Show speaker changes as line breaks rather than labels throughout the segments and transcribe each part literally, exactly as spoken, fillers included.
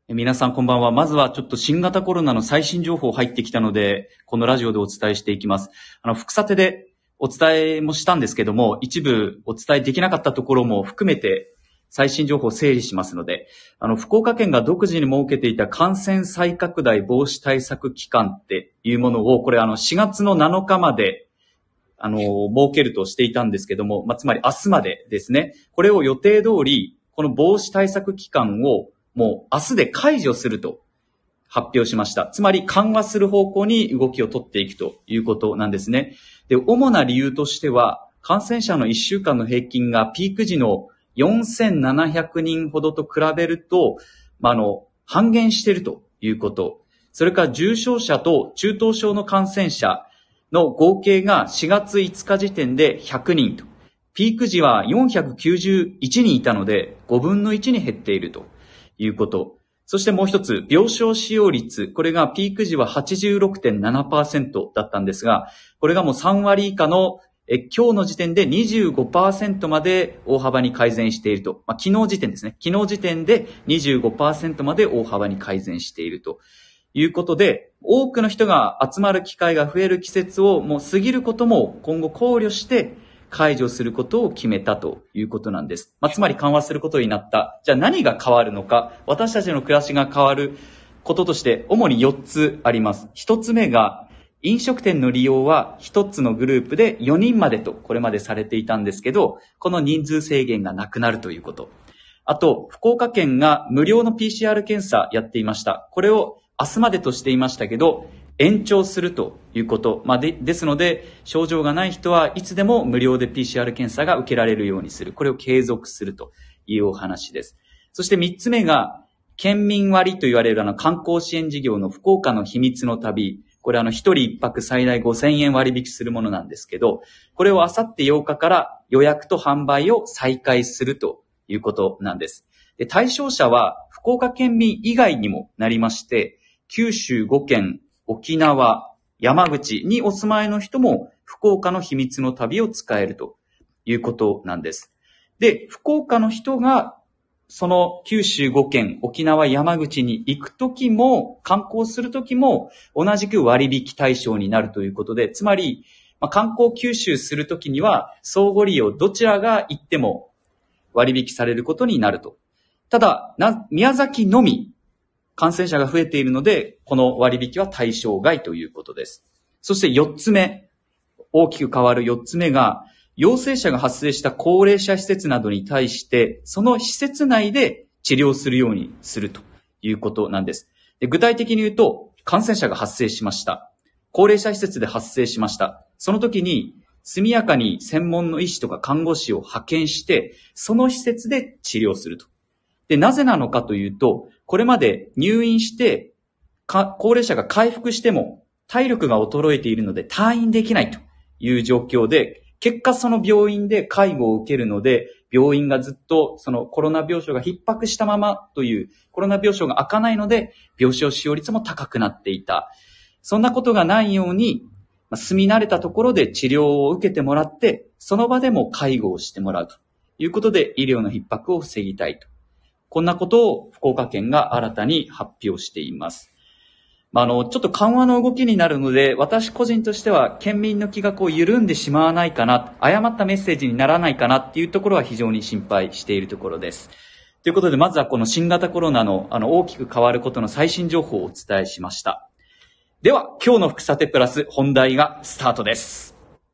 皆さんこんばんは。まずはちょっと新型コロナの最新情報入ってきたので、このラジオでお伝えしていきます。あの、副査定でお伝えもしたんですけども、一部お伝えできなかったところも含めて最新情報を整理しますので、あの、福岡県が独自に設けていた感染再拡大防止対策期間っていうものを、これあのしがつのなのかまであの、設けるとしていたんですけども、まあ、つまり明日までですね。これを予定通り、この防止対策期間をもう明日で解除すると発表しました。つまり緩和する方向に動きを取っていくということなんですね。で、主な理由としては、感染者のいっしゅうかんの平均がピーク時のよんせんななひゃくにんほどと比べると、まあ、あの、半減しているということ。それから重症者と中等症の感染者の合計がしがついつか時点でひゃくにんと。ピーク時はよんひゃくきゅうじゅういちにんいたのでごぶんのいちに減っているということ。そしてもう一つ、病床使用率。これがピーク時は はちじゅうろくてんななパーセント だったんですが、これがもうさんわり以下のえ今日の時点で にじゅうごパーセント まで大幅に改善していると。まあ、昨日時点ですね。昨日時点で にじゅうごパーセント まで大幅に改善しているということで、多くの人が集まる機会が増える季節をもう過ぎることも今後考慮して解除することを決めたということなんです。まあ、つまり緩和することになった。じゃあ何が変わるのか。私たちの暮らしが変わることとして主によっつあります。ひとつめが、飲食店の利用はひとつのグループでよにんまでとこれまでされていたんですけど、この人数制限がなくなるということ。あと、福岡県が無料の ピーシーアール 検査やっていました。これを明日までとしていましたけど、延長するということ。まあ、で、ですので、症状がない人はいつでも無料で ピーシーアール 検査が受けられるようにする。これを継続するというお話です。そしてみっつめが、県民割と言われるあの観光支援事業の福岡の秘密の旅。これあの一人一泊最大ごせんえん割引するものなんですけど、これをあさってようかから予約と販売を再開するということなんです。で、対象者は福岡県民以外にもなりまして、九州ごけん、沖縄、山口にお住まいの人も福岡の秘密の旅を使えるということなんです。で、福岡の人がその九州ごけん、沖縄、山口に行くときも、観光するときも同じく割引対象になるということで、つまり、まあ、観光吸収するときには相互利用どちらが行っても割引されることになると。ただ、な宮崎のみ感染者が増えているので、この割引は対象外ということです。そしてよっつめ、大きく変わるよっつめが、陽性者が発生した高齢者施設などに対して、その施設内で治療するようにするということなんです。で、具体的に言うと、感染者が発生しました。高齢者施設で発生しました。その時に、速やかに専門の医師とか看護師を派遣して、その施設で治療すると。で、なぜなのかというと、これまで入院して、高齢者が回復しても体力が衰えているので退院できないという状況で、結果その病院で介護を受けるので、病院がずっとそのコロナ病床が逼迫したままという、コロナ病床が開かないので、病床使用率も高くなっていた。そんなことがないように、住み慣れたところで治療を受けてもらって、その場でも介護をしてもらうということで、医療の逼迫を防ぎたいと。こんなことを福岡県が新たに発表しています。まあ、あの、ちょっと緩和の動きになるので、私個人としては県民の気がこう緩んでしまわないかな、誤ったメッセージにならないかなっていうところは非常に心配しているところです。ということで、まずはこの新型コロナのあの大きく変わることの最新情報をお伝えしました。では、今日の福さてプラス本題がスタートです。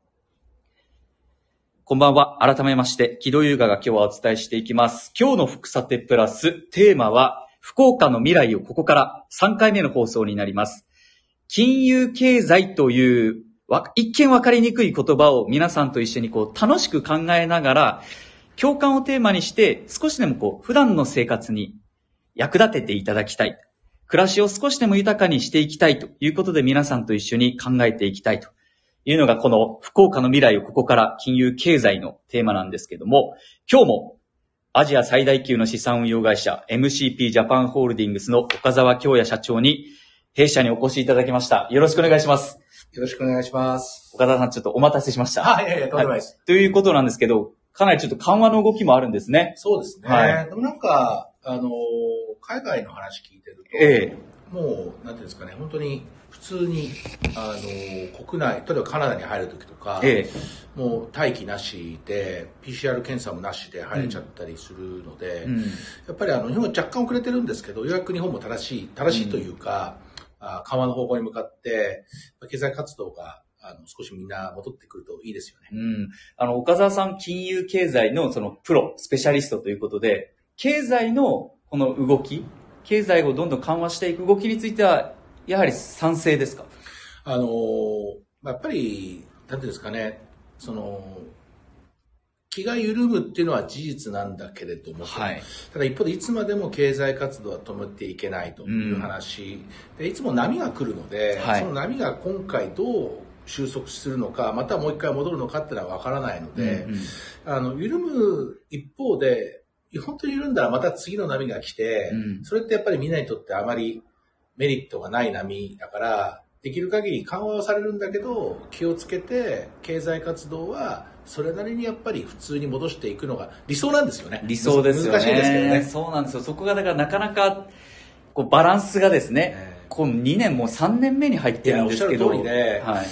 こんばんは。改めまして、木戸優雅が今日はお伝えしていきます。今日の福さてプラステーマは、福岡の未来をここからさんかいめの放送になります。金融経済という一見わかりにくい言葉を皆さんと一緒にこう楽しく考えながら、共感をテーマにして少しでもこう普段の生活に役立てていただきたい。暮らしを少しでも豊かにしていきたいということで皆さんと一緒に考えていきたいというのがこの福岡の未来をここから金融経済のテーマなんですけども、今日もアジア最大級の資産運用会社 エムシーピー ジャパンホールディングスの岡澤京也社長に弊社にお越しいただきました。よろしくお願いします。
よろしくお願いします。
岡澤さん、ちょっとお待たせしました。
あ、いやいや、とんでもないです、
はい。ということなんですけど、かなりちょっと緩和の動きもあるんですね。
そうですね。はい、でもなんか、あの、 海外の話聞いてると、
ええ、
もう、なんていうんですかね、本当に普通に、あの、国内、例えばカナダに入るときとか、
ええ、
もう待機なしで、ピーシーアール 検査もなしで入れちゃったりするので、
うん、
やっぱりあの、日本は若干遅れてるんですけど、ようやく日本も正しい、正しいというか、うん、あ緩和の方向に向かって、経済活動が、あの、少しみんな戻ってくるといいですよね。
うん。あの、岡澤さん、金融経済のそのプロ、スペシャリストということで、経済のこの動き、経済をどんどん緩和していく動きについては、やはり賛成ですか？
あの、やっぱり、なんていうんですかね、その、気が緩むっていうのは事実なんだけれども、はい、ただ一方でいつまでも経済活動は止めていけないという話、うん、でいつも波が来るので、はい、その波が今回どう収束するのか、またもう一回戻るのかっていうのは分からないので、うんうん、あの緩む一方で、本当に緩んだらまた次の波が来て、うん、それってやっぱりみんなにとってあまりメリットがない波だから、できる限り緩和はされるんだけど、気をつけて経済活動はそれなりにやっぱり普通に戻していくのが理想なんですよね。
理想ですよね。
難しいですけどね。
そうなんですよ。そこがだからなかなかこうバランスがですね、えー、こうにねんもさんねんめに入ってるんですけど、
おっしゃる通りで、
はい、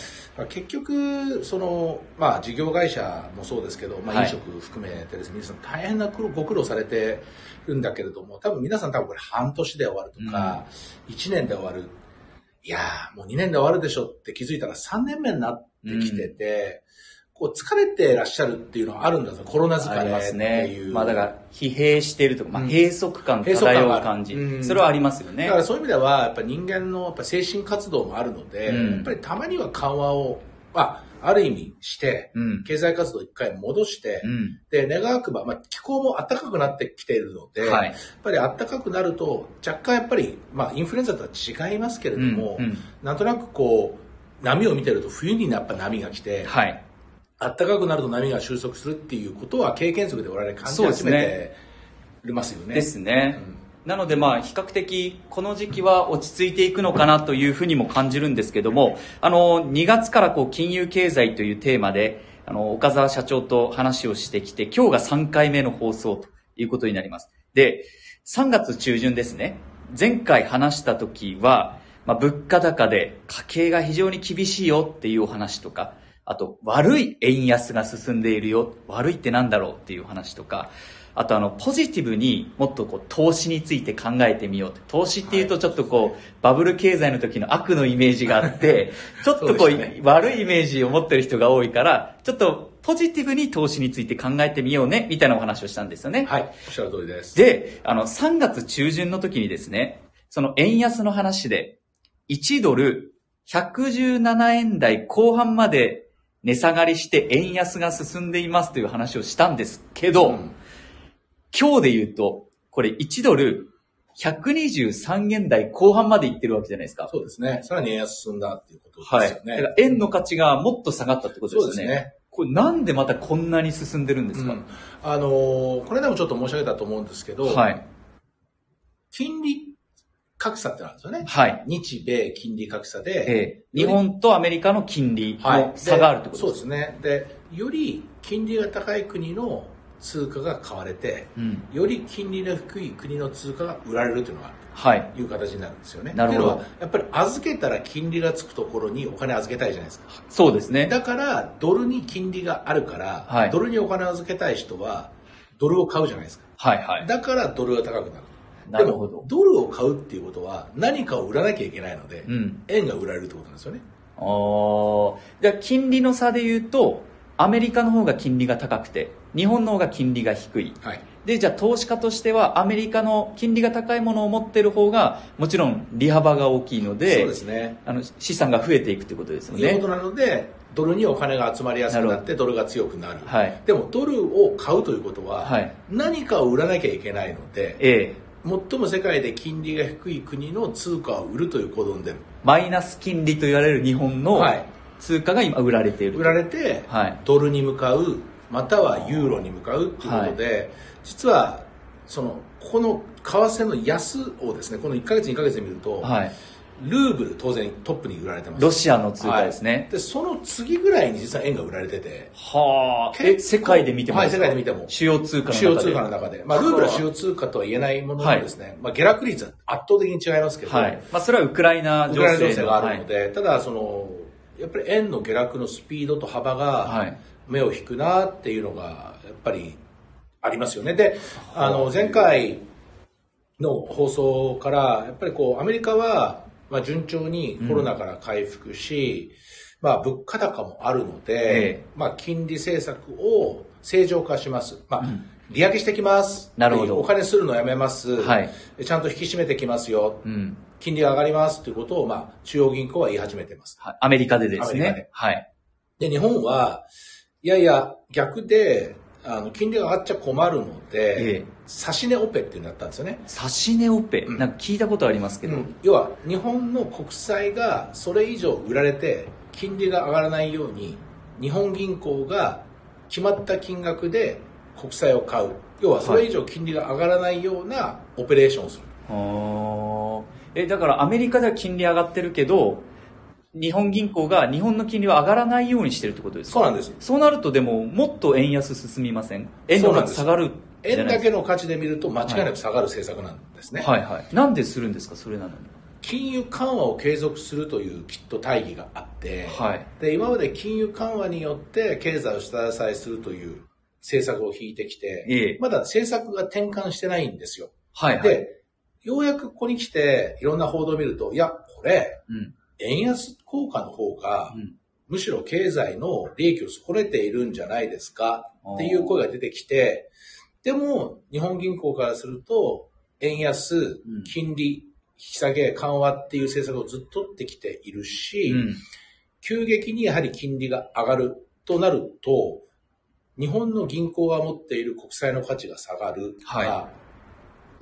結局そのまあ事業会社もそうですけど、まあ飲食含めてですね、皆さん大変なご苦労されてるんだけれども、多分皆さん多分これ半年で終わるとか、うん、いちねんで終わる。いやー、もうにねんで終わるでしょって気づいたらさんねんめになってきてて、うん、こう疲れてらっしゃるっていうのはあるんだぞ、コロナ疲れっていう。ありますね。
まあだから疲弊しているとか、まあ閉塞感漂う感じ、うん、それはありますよね。
だからそういう意味ではやっぱり人間のやっぱ精神活動もあるので、うん、やっぱりたまには緩和を、まあある意味して、うん、経済活動を一回戻して、うん、で、願わくば、まあ、気候も暖かくなってきているので、はい、やっぱり暖かくなると、若干やっぱり、まあ、インフルエンザとは違いますけれども、うんうん、なんとなくこう、波を見てると冬にやっぱ波が来て、はい、暖かくなると波が収束するっていうことは経験則で我々感じ始めていますよね。
ですね。うん、なのでまあ比較的この時期は落ち着いていくのかなというふうにも感じるんですけども、あのにがつからこう金融経済というテーマであの岡澤社長と話をしてきて、今日がさんかいめの放送ということになります。で、さんがつ中旬ですね。前回話した時は、まあ、物価高で家計が非常に厳しいよっていうお話とか、あと悪い円安が進んでいるよ、悪いってなんだろうっていう話とか、あとあのポジティブにもっとこう投資について考えてみようって。投資っていうとちょっとこう、はい、バブル経済の時の悪のイメージがあってちょっとこう、ね、悪いイメージを持ってる人が多いから、ちょっとポジティブに投資について考えてみようねみたいなお話をしたんですよね。
はい、おっしゃる通りです。
で、あのさんがつ中旬の時にですね、その円安の話でいちドルひゃくじゅうななえん台後半まで値下がりして円安が進んでいますという話をしたんですけど、うん、今日で言うと、これいちドルひゃくにじゅうさんえん台後半までいってるわけじゃないですか。
そうですね。さらに円安進んだっていうことですよね。はい。
だから円の価値がもっと下がったってことですよね。そうですね。これなんでまたこんなに進んでるんですか？うん、
あのー、これでもちょっと申し上げたと思うんですけど、はい。金利格差ってあるんですよね。はい。日米金利格差で、
ええ、日本とアメリカの金利の差があるってことですか？
はい、そうですね。で、より金利が高い国の通貨が買われて、うん、より金利の低い国の通貨が売られるというのが、はい、いう形になるんですよね。なるほど。というのはやっぱり預けたら金利がつくところにお金預けたいじゃないですか。
そうですね。
だからドルに金利があるから、はい、ドルにお金を預けたい人はドルを買うじゃないですか。はいはい。だからドルが高くなる。なるほど。でもドルを買うっていうことは何かを売らなきゃいけないので、うん、円が売られるってことなんですよね。
ああ。じゃあ金利の差で言うと、アメリカの方が金利が高くて、日本の方が金利が低い。はい。で、じゃあ投資家としてはアメリカの金利が高いものを持ってる方がもちろん利幅が大きいので、そうですね。あの資産が増えていくってことですよね。
ということなので、ドルにお金が集まりやすくなってドルが強くなる。はい。でもドルを買うということは、はい、何かを売らなきゃいけないので、ええ。最も世界で金利が低い国の通貨を売るという行動に出る。
マイナス金利と言われる日本の通貨が今売られている。
売られて、はい、ドルに向かう、またはユーロに向かうということで、はい、実はそのこの為替の安をですね、このいっかげつにかげつで見ると、はい、 ルーブル当然トップに売られてます。
ロシアの通貨ですね。
はい、で、その次ぐらいに実は円が売られてて。
はあ。え、世界で見てもですか？
はい、世界で見ても。
主要通貨の中で。
主要通貨の中で。まあ、ルーブルは主要通貨とは言えないもののですね、はい、まあ、下落率は圧倒的に違いますけど。
はい。まあ、それはウクライナ情勢。
ウクライナ情勢があるので、はい、ただ、その、やっぱり円の下落のスピードと幅が目を引くなっていうのが、やっぱりありますよね。で、あの、前回の放送から、やっぱりこう、アメリカは、まあ、順調にコロナから回復し、うん、まあ、物価高もあるので、ええ、まあ、金利政策を正常化します。まあ、うん、利上げしてきます。
なるほど。
お金するのやめます。
はい。
ちゃんと引き締めてきますよ。うん、金利が上がりますということを、まあ、中央銀行は言い始めています。
はい。アメリカでですね。
アメリカで。
はい。
で、日本は、いやいや、逆で、あの、金利が上がっちゃ困るので、ええ、指値オペっていうのやったんですよね。
指値オペ、うん、なんか聞いたことありますけど、うん、
要は日本の国債がそれ以上売られて金利が上がらないように日本銀行が決まった金額で国債を買う、要はそれ以上金利が上がらないようなオペレーションをする。
はい、えだからアメリカでは金利上がってるけど日本銀行が日本の金利は上がらないようにしてるってことですか？
そうなんです。
そうなるとでももっと円安進みません？円の価値下がるじゃないですか？
円だけの価値で見ると間違いなく下がる政策なんですね。
はいはい。なんでするんですかそれなのに？
金融緩和を継続するというきっと大義があって、
はい、
で今まで金融緩和によって経済を下支えするという政策を引いてきて、ええ、まだ政策が転換してないんですよ。
はいはい、
で、ようやくここに来ていろんな報道を見ると、いや、これ、うん円安効果の方が、うん、むしろ経済の利益を損ねているんじゃないですかっていう声が出てきて、でも日本銀行からすると円安、金利引き下げ、緩和っていう政策をずっと取ってきているし、うん、急激にやはり金利が上がるとなると、日本の銀行が持っている国債の価値が下がるとか、はい、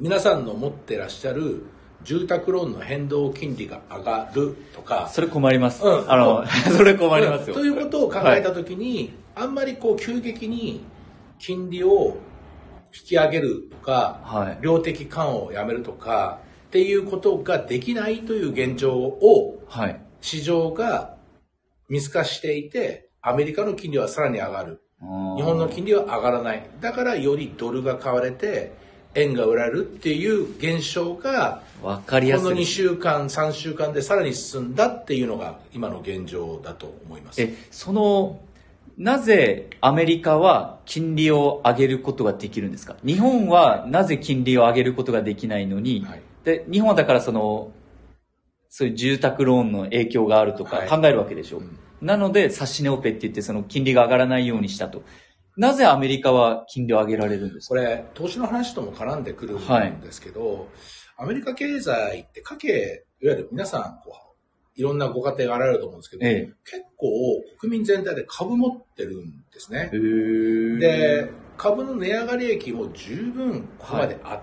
皆さんの持ってらっしゃる住宅ローンの変動金利が上がるとか。
それ困ります。うん、あの、それ困りますよ。
ということを考えたときに、はい、あんまりこう急激に金利を引き上げるとか、はい、量的緩和をやめるとかっていうことができないという現状を、はい、市場が見透かしていて、アメリカの金利はさらに上がる。日本の金利は上がらない。だからよりドルが買われて、円が売られるっていう現象が、
わかりやすい。
このにしゅうかん、さんしゅうかんでさらに進んだっていうのが今の現状だと思います。
え、その、なぜアメリカは金利を上げることができるんですか？日本はなぜ金利を上げることができないのに、はい、で、日本はだからその、そういう住宅ローンの影響があるとか考えるわけでしょ。はい、うん、なので、指値オペって言ってその金利が上がらないようにしたと。なぜアメリカは金利を上げられるんですか？
これ、投資の話とも絡んでくるんですけど、はい、アメリカ経済って家計、いわゆる皆さんこう、いろんなご家庭があられると思うんですけど、ええ、結構国民全体で株持ってるんですね。で、株の値上がり益も十分ここまであって、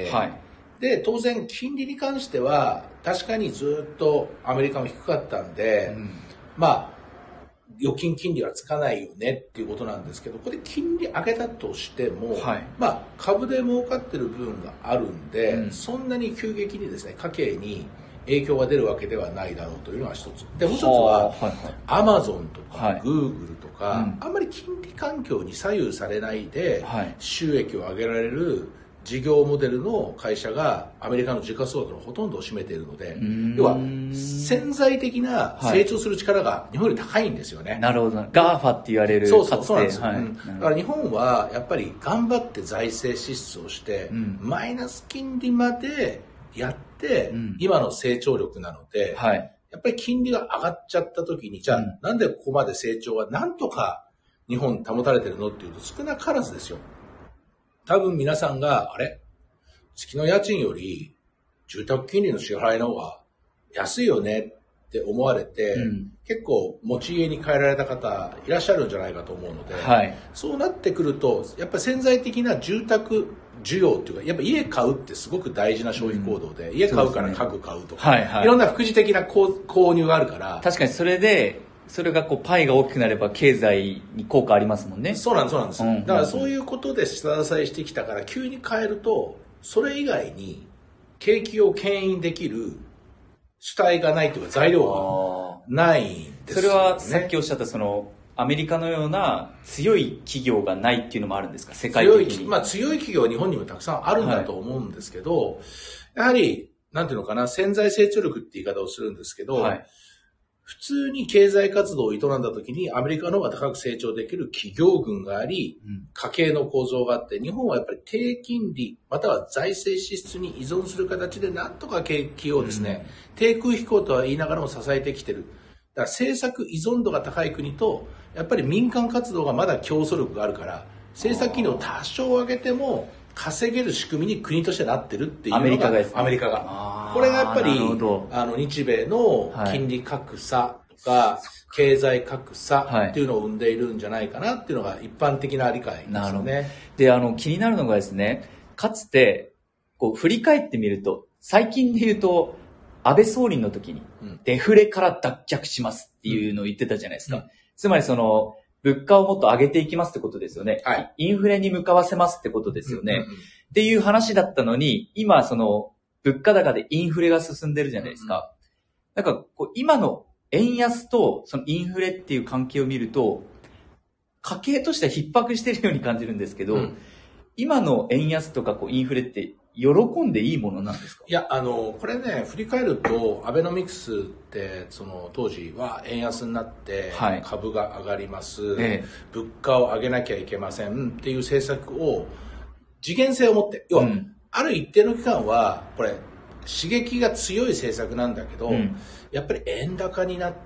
はいはい、で、当然金利に関しては確かにずっとアメリカも低かったんで、うん、まあ、預金金利はつかないよねっていうことなんですけど、これ金利上げたとしても、はい、まあ株で儲かってる部分があるんで、うん、そんなに急激にですね、家計に影響が出るわけではないだろうというのが一つ。で、もう一つは、アマゾンとか、グーグルとか、うん、あんまり金利環境に左右されないで、収益を上げられる事業モデルの会社がアメリカの時価総額のほとんどを占めているので、要は潜在的な成長する力が日本より高いんですよね。はい、
なるほど。ガーファって言われる。
そうそう、そうなんですよ。はい、うん、だから日本はやっぱり頑張って財政支出をして、うん、マイナス金利までやって、うん、今の成長力なので、はい、やっぱり金利が上がっちゃった時に、じゃあ、うん、なんでここまで成長はなんとか日本保たれてるのっていうと少なからずですよ。多分皆さんが、あれ月の家賃より住宅金利の支払いの方が安いよねって思われて、うん、結構持ち家に帰られた方いらっしゃるんじゃないかと思うので、はい、そうなってくると、やっぱり潜在的な住宅需要っていうか、やっぱ家買うってすごく大事な消費行動で、うん、家買うから家具買うとか、はいはい、いろんな副次的な購入があるから。
確かにそれで、それがこうパイが大きくなれば経済に効果ありますもんね。
そうなんです、そうなんです。うん、だからそういうことで下支えしてきたから急に変えると、それ以外に景気を牽引できる主体がないというか材料がないんですよね。
それはさっきおっしゃったそのアメリカのような強い企業がないっていうのもあるんですか、世界的に。
強い、まあ強い企業は日本にもたくさんあるんだと思うんですけど、はい、やはり、なんていうのかな、潜在成長力って言い方をするんですけど、はい、普通に経済活動を営んだ時にアメリカの方が高く成長できる企業群があり、うん、家計の構造があって、日本はやっぱり低金利、または財政支出に依存する形でなんとか景気をですね、うん、低空飛行とは言いながらも支えてきてる。だから政策依存度が高い国と、やっぱり民間活動がまだ競争力があるから、政策機能を多少上げても稼げる仕組みに国としてなってるっていうのが、アメリカがですね。アメリカが。これがやっぱり、あの、日米の金利格差とか、はい、経済格差っていうのを生んでいるんじゃないかなっていうのが一般的な理解ですね。なるほど。
で、あの、気になるのがですね、かつて、こう、振り返ってみると、最近で言うと、安倍総理の時に、デフレから脱却しますっていうのを言ってたじゃないですか。うん、つまりその、物価をもっと上げていきますってことですよね。はい、インフレに向かわせますってことですよね。うんうんうん、っていう話だったのに、今その、物価高でインフレが進んでるじゃないですか。うんうん、なんかこう、今の円安とそのインフレっていう関係を見ると、家計としては逼迫してるように感じるんですけど、うん、今の円安とかこうインフレって喜んでいいものなんですか？
いや、あの、これね、振り返ると、アベノミクスって、その当時は円安になって、株が上がります、はい、物価を上げなきゃいけませんっていう政策を、次元性を持って、要は、うん、ある一定の期間は、これ、刺激が強い政策なんだけど、うん、やっぱり円高になって、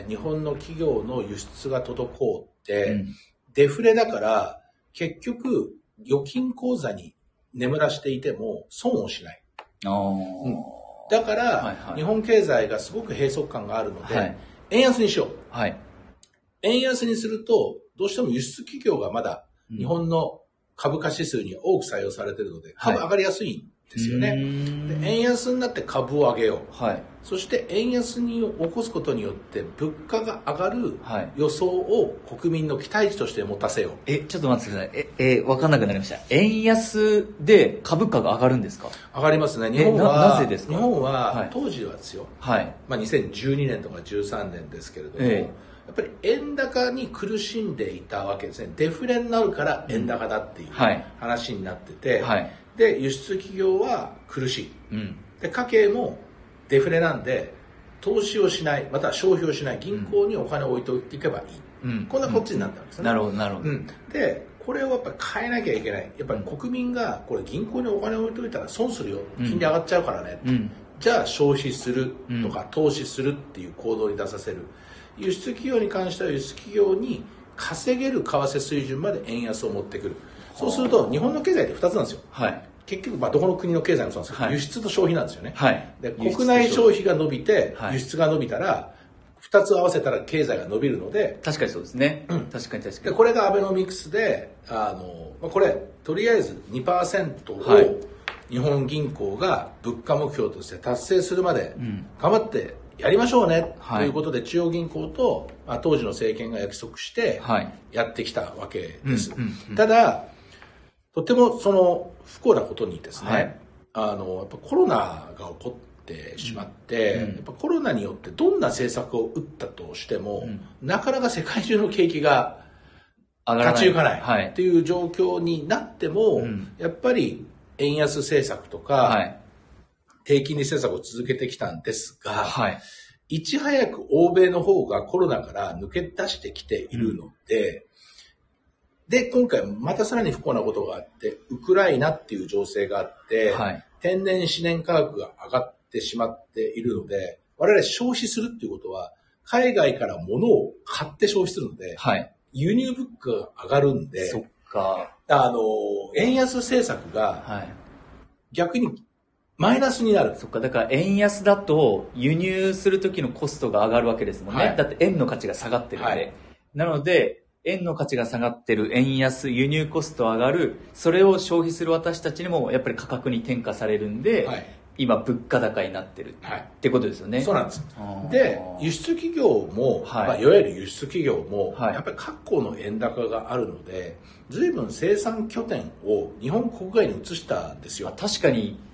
日本の企業の輸出が滞って、うん、デフレだから、結局、預金口座に眠らしていても損をしない。あうん、だから、はいはい、日本経済がすごく閉塞感があるので、はい、円安にしよう、はい。円安にすると、どうしても輸出企業がまだ日本の株価指数に多く採用されているので、株上がりやすいんですよね。はい、で円安になって株を上げよう。はい、そして円安に起こすことによって物価が上がる予想を国民の期待値として持たせよう。
え、ちょっと待ってください。え、え、わかんなくなりました。円安で株価が上がるんですか？
上がりますね。日本は、
な, なぜですか？
日本は、はい、当時はですよ。はい。まあにせんじゅうにねんとかじゅうさんねんですけれども、えーやっぱり円高に苦しんでいたわけですね。デフレになるから円高だっていう話になってて、はい、で、輸出企業は苦しい、うん。で、家計もデフレなんで、投資をしない、または消費をしない、銀行にお金を置いておいていけばいい。うん、こんなこっちになったんですね。
うん、なるほど、なるほど、うん。
で、これをやっぱり変えなきゃいけない。やっぱり国民が、これ銀行にお金を置いておいたら損するよ。金利上がっちゃうからね。うん、じゃあ消費するとか、投資するっていう行動に出させる。輸出企業に関しては輸出企業に稼げる為替水準まで円安を持ってくる。そうすると日本の経済ってふたつなんですよ。はい、結局まあどこの国の経済もそうなんですけど、はい、輸出と消費なんですよね。はい、で国内消費が伸びて輸出が伸びたらふたつ合わせたら経済が伸びるので。
確かにそうですね。うん、確かに確かに。
でこれがアベノミクスであのこれとりあえず にパーセント を日本銀行が物価目標として達成するまで頑張ってやりましょうね、はい、ということで中央銀行と、まあ、当時の政権が約束してやってきたわけです、はいうんうんうん、ただとてもその不幸なことにですね、はい、あのやっぱコロナが起こってしまって、うんうん、やっぱコロナによってどんな政策を打ったとしても、うん、なかなか世界中の景気が立ち行かないっていう状況になっても、はい、やっぱり円安政策とか、はい低金利政策を続けてきたんですが、はい、いち早く欧米の方がコロナから抜け出してきているので、うん、で、今回またさらに不幸なことがあって、ウクライナっていう情勢があって、はい、天然資源価格が上がってしまっているので、我々消費するっていうことは、海外から物を買って消費するので、はい、輸入物価が上がるんで、そっか。あの、円安政策が逆にマイナスになる。
そっか、だから円安だと輸入する時のコストが上がるわけですもんね。はい、だって円の価値が下がってるんで。はい、なので、円の価値が下がってる、円安、輸入コスト上がる、それを消費する私たちにもやっぱり価格に転嫁されるんで、はい、今物価高になってるってことですよね。
そうなんです。で、輸出企業も、はいまあ、いわゆる輸出企業も、はい、やっぱり各国の円高があるので、随分生産拠点を日本国外に移したんですよ。
確かに、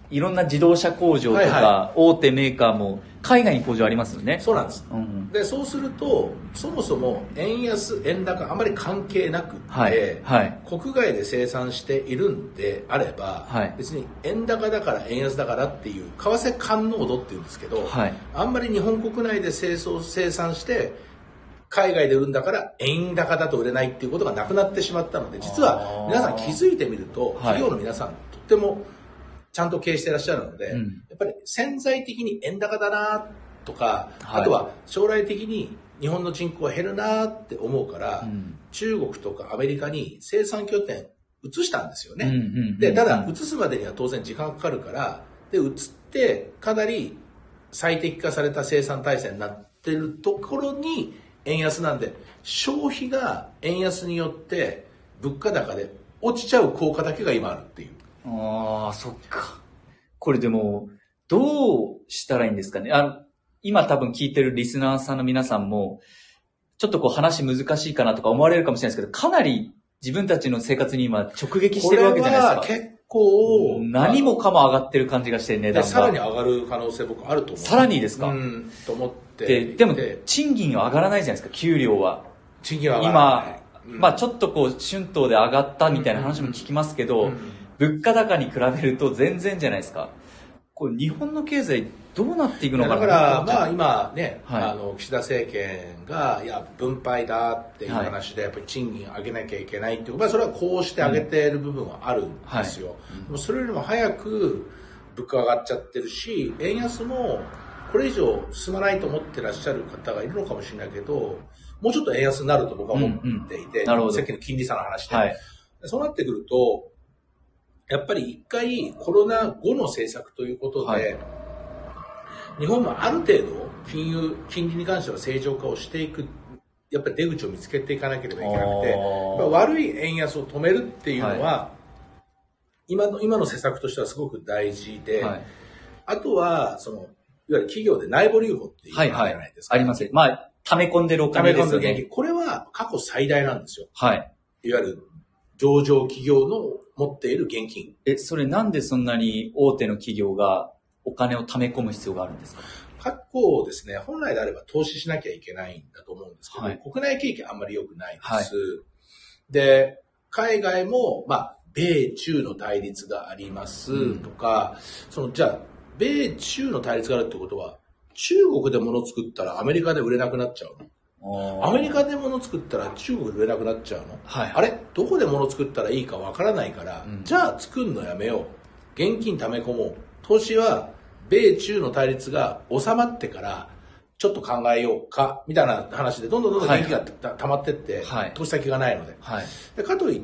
いろんな自動車工場とか、はいはい、大手メーカーも海外に工場ありますよね。
そうなんです。うん、で、そうすると、そもそも円安、円高あまり関係なくて、はいはい、国外で生産しているんであれば、はい、別に円高だから円安だからっていう、為替感濃度っていうんですけど、はい、あんまり日本国内で生産して、海外で売るんだから円高だと売れないっていうことがなくなってしまったので、実は皆さん気づいてみると、企業の皆さん、とってもちゃんと経営していらっしゃるので、うん、やっぱり潜在的に円高だなとか、はい、あとは将来的に日本の人口が減るなって思うから、うん、中国とかアメリカに生産拠点移したんですよね。うんうんうんうん、で、ただ移すまでには当然時間かかるから、で、移ってかなり最適化された生産体制になってるところに円安なんで、消費が円安によって物価高で落ちちゃう効果だけが今あるっていう。
ああ、そっか。これでも、どうしたらいいんですかね。あの、今多分聞いてるリスナーさんの皆さんも、ちょっとこう話難しいかなとか思われるかもしれないですけど、かなり自分たちの生活に今直撃してるわけじゃないですか。
これは結構、
何もかも上がってる感じがして、値段が。
さらに上がる可能性僕あると思う。
さらにですか？
うん、と思って。
で、でも、賃金は上がらないじゃないですか、給料は。
賃金は上がらない。
今、うん、まあちょっとこう、春闘で上がったみたいな話も聞きますけど、うんうんうん、物価高に比べると全然じゃないですか。これ日本の経済どうなっていくのかな。
だからまあ今ね、はい、あの岸田政権がいや分配だっていう話でやっぱり賃金上げなきゃいけないっていう、まあそれはこうして上げている部分はあるんですよ。うんはい、でもそれよりも早く物価上がっちゃってるし、円安もこれ以上進まないと思ってらっしゃる方がいるのかもしれないけど、もうちょっと円安になると僕は思っていて、うんうん、さっきの金利差の話で、はい、そうなってくると。やっぱり一回コロナ後の政策ということで、はい、日本もある程度金融、金利に関しては正常化をしていく、やっぱり出口を見つけていかなければいけなくて、悪い円安を止めるっていうのは、はい、今の、今の施策としてはすごく大事で、はい、あとは、その、いわゆる企業で内部留保っていうのがあるじゃないですか。
はいはい、ありますね。まあ、溜め込んでるお金ですよね。溜め込んでる現金。
これは過去最大なんですよ。
はい。
いわゆる上場企業の持っている現金。
え、それなんでそんなに大手の企業がお金を貯め込む必要があるんですか？
過去ですね、本来であれば投資しなきゃいけないんだと思うんですけど、はい、国内景気あんまり良くないです。はい、で、海外も、まあ、米中の対立がありますとか、うん、その、じゃあ、米中の対立があるってことは、中国で物作ったらアメリカで売れなくなっちゃうの？アメリカで物作ったら中国で売れなくなっちゃうの、はい、あれどこで物作ったらいいかわからないから、うん、じゃあ作るのやめよう。現金貯め込もう。投資は米中の対立が収まってからちょっと考えようか、みたいな話でどんどんどんどん現金がた、はい、溜まってって、はい、投資先がないので、はい、で。かといって、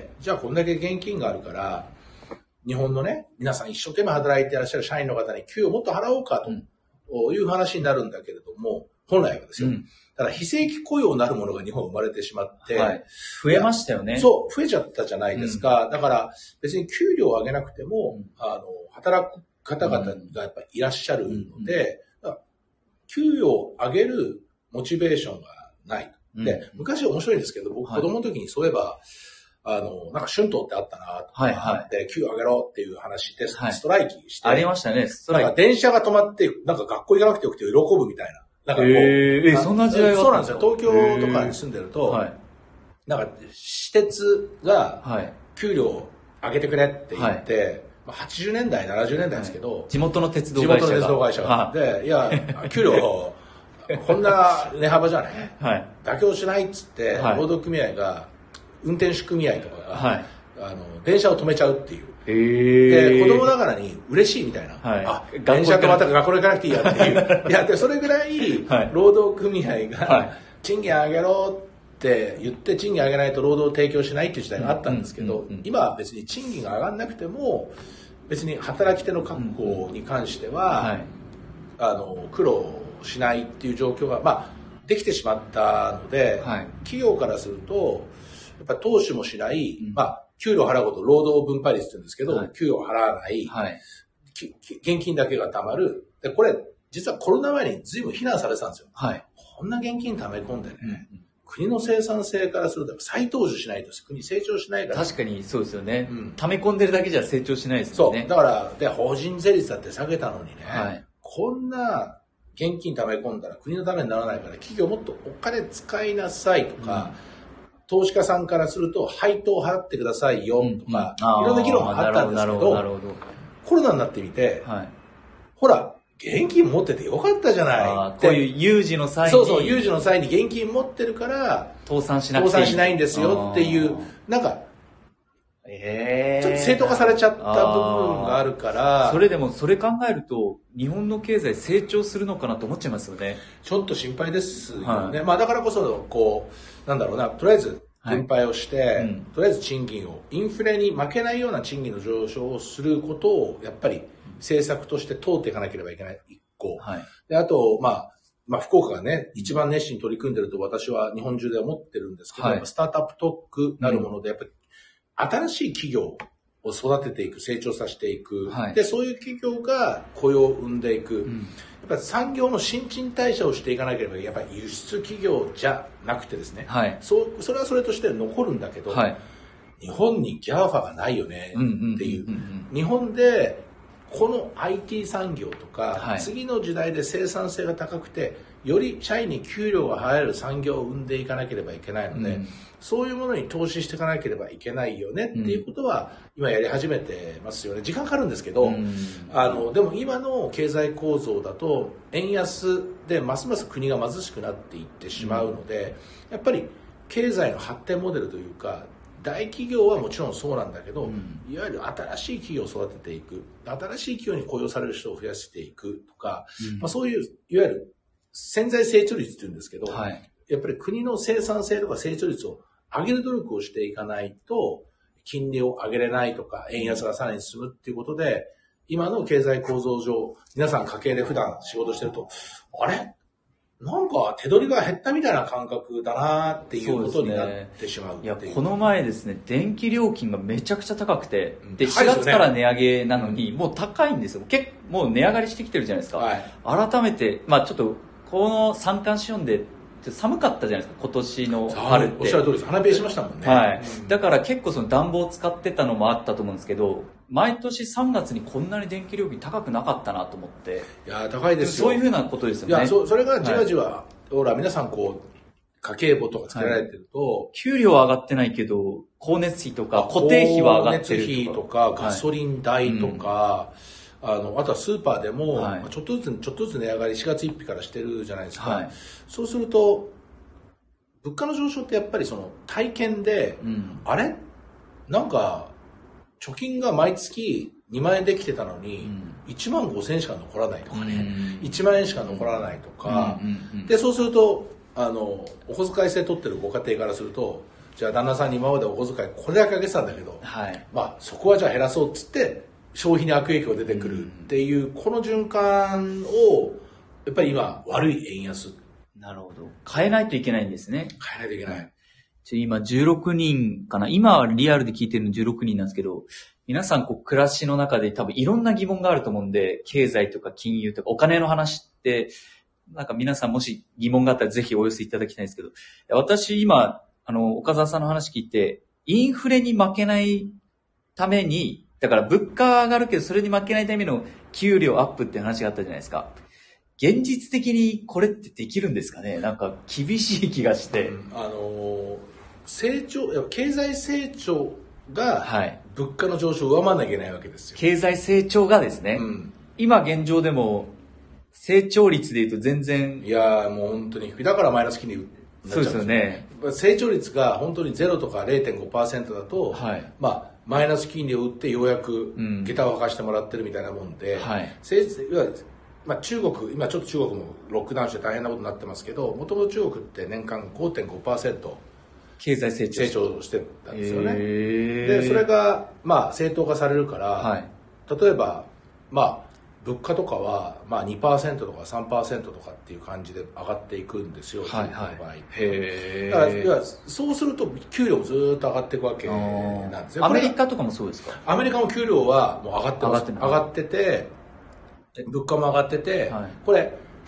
じゃあこんだけ現金があるから、日本のね、皆さん一生懸命働いていらっしゃる社員の方に給与をもっと払おうかという話になるんだけれども、本来はですよ。うん、ただ非正規雇用なるものが日本生まれてしまって、はい、
増えましたよね。
そう、増えちゃったじゃないですか。うん、だから別に給料を上げなくても、うん、あの、働く方々がやっぱりいらっしゃるので、うん、給与を上げるモチベーションがない。うん、で、昔面白いんですけど、僕子供の時にそういえば、はい、あの、なんか春闘ってあったなとか、はいはい、で、給与上げろっていう話で、はい、ストライキして、
ありましたね、ストライキ。
なんか電車が止まって、なんか学校行かなくてよくて喜ぶみたいな。なんかこう、
えー、そんな時代が
そうなんですよ。東京とかに住んでると、はい、なんか私鉄が給料上げてくれって言って、はい、まあ、はちじゅうねんだい、ななじゅうねんだいですけど、
はい、地元の鉄道会社が。
地元の鉄道会社が。で、いや、給料、こんな値幅じゃね、はい、妥協しないっつって、はい、労働組合が、運転手組合とかが、はい、あの電車を止めちゃうっていう。
へー。
で、子供ながらに嬉しいみたいな。はい、あ、電車止まったから学校に行かなくていいやっていう。いや、で、それぐらい、労働組合が、賃金上げろって言って賃金上げないと労働を提供しないっていう時代があったんですけど、今は別に賃金が上がんなくても、別に働き手の確保に関しては、はい、あの、苦労しないっていう状況が、まあ、できてしまったので、はい、企業からすると、やっぱ投資もしない、うん、まあ、給料払うこと労働分配率って言うんですけど、はい、給料払わない、はい、現金だけが貯まる。で、これ、実はコロナ前に随分非難されてたんですよ。はい、こんな現金貯め込んでね、うん、 国の生産性からすると再投資しないと国成長しないから。
確かにそうですよね。うん、溜め込んでるだけじゃ成長しないですよね。
そう。だから、で、法人税率だって下げたのにね、
はい、
こんな現金溜め込んだら国のためにならないから、企業もっとお金使いなさいとか、うん、投資家さんからすると配当払ってくださいよとか、うんうん、いろんな議論があったんですけど、コロナになってみて、はい、ほら、現金持っててよかったじゃない。
こういう有事の際に。
そうそう、有事の際に現金持ってるから、
倒産しなくていい。
倒産しないんですよっていう、なんか、えー、ちょっと正当化されちゃった部分があるから。
それでも、それ考えると、日本の経済成長するのかなと思っちゃいますよね。
ちょっと心配ですよね。はい、まあだからこそ、こう、なんだろうな、とりあえず、分配をして、はい、うん、とりあえず賃金を、インフレに負けないような賃金の上昇をすることを、やっぱり政策として通っていかなければいけない。はい、であと、まあ、まあ、福岡がね、一番熱心に取り組んでると私は日本中で思ってるんですけど、はい、スタートアップ特区なるもので、やっぱり新しい企業を育てていく、成長させていく、はい、で、そういう企業が雇用を生んでいく、うん、やっぱり産業の新陳代謝をしていかなければ、やっぱり輸出企業じゃなくてですね、はい、そ, それはそれとして残るんだけど、はい、日本にギャーファがないよねっていう、日本で、この アイティー 産業とか、はい、次の時代で生産性が高くてより社員に給料が払える産業を生んでいかなければいけないので、うん、そういうものに投資していかなければいけないよねっていうことは今やり始めてますよね。時間かかるんですけど、うん、あのでも今の経済構造だと円安でますます国が貧しくなっていってしまうので、うん、やっぱり経済の発展モデルというか大企業はもちろんそうなんだけど、うん、いわゆる新しい企業を育てていく、新しい企業に雇用される人を増やしていくとか、うんまあ、そういういわゆる潜在成長率っていうんですけど、はい、やっぱり国の生産性とか成長率を上げる努力をしていかないと金利を上げれないとか円安がさらに進むっていうことで、今の経済構造上皆さん家計で普段仕事してるとあれなんか手取りが減ったみたいな感覚だなっていうことになってしまうっていう。
いや、この前ですね、電気料金がめちゃくちゃ高くて、で、しがつから値上げなのに、もう高いんですよ。結構、もう値上がりしてきてるじゃないですか。はい、改めて、まあちょっと、この三寒四温で、寒かったじゃないですか、今年の春って。
おっしゃる通りです。花冷えしましたもんね。
はい。うん、だから結構その暖房を使ってたのもあったと思うんですけど、毎年さんがつにこんなに電気料金高くなかったなと思って。
いや、高いですよ。
そういうふうなことですよね。
いや、そ, それがじわじわ、はい、ほら、皆さんこう、家計簿とかつけられてると、はい、
給料は上がってないけど、光熱費とか固定費は上がってるとか。
光熱費とか、ガソリン代とか、はいうん、あの、あとはスーパーでも、はい、ちょっとずつ、ちょっとずつ値上がりしがつついたちからしてるじゃないですか。はい、そうすると、物価の上昇ってやっぱりその体験で、うん、あれなんか、貯金が毎月にまん円できてたのに、うん、いちまんごせんえんしか残らないとかね、うん、いちまん円しか残らないとか、うんうんうん、で、そうすると、あの、お小遣い制取ってるご家庭からすると、じゃあ旦那さんに今までお小遣いこれだけあげてたんだけど、はい、まあそこはじゃあ減らそうっつって、消費に悪影響が出てくるっていう、この循環を、やっぱり今悪い円安。
なるほど。変えないといけないんですね。
変えないといけない。
今じゅうろくにんかな。今はリアルで聞いてるのじゅうろくにんなんですけど、皆さんこう暮らしの中で多分いろんな疑問があると思うんで、経済とか金融とかお金の話って、なんか皆さんもし疑問があったらぜひお寄せいただきたいんですけど、私今、あの、岡澤さんの話聞いて、インフレに負けないために、だから物価上がるけどそれに負けないための給料アップって話があったじゃないですか。現実的にこれってできるんですかね。なんか厳しい気がして。
うん、あのー、成長、経済成長が物価の上昇を上回らなきゃいけないわけですよ。
経済成長がですね。うん、今現状でも成長率で言うと全然。
いやーもう本当に低い。だからマイナス金利になっちゃうんですよ。
そうですよね。
成長率が本当にゼロとか れいてんごパーセント だと、はい、まあマイナス金利を打ってようやく下駄を履かしてもらってるみたいなもんで、うんはい、いわゆるまあ、中国、今ちょっと中国もロックダウンして大変なことになってますけど、もともと中国って年間 ごてんごパーセント
経済成長
成長してたんですよね。で、それがまあ正当化されるから、はい、例えばまあ物価とかはまあ にパーセント とか さんパーセント とかっていう感じで上がっていくんですよ、中国の場合。はいはい、へだから要はそうすると給料もずっと上がっていくわけなんですよ。
アメリカとかもそうですか？
アメリカも給料はもう上がってます。上がってて、上がってて物価も上がってて、はい、これ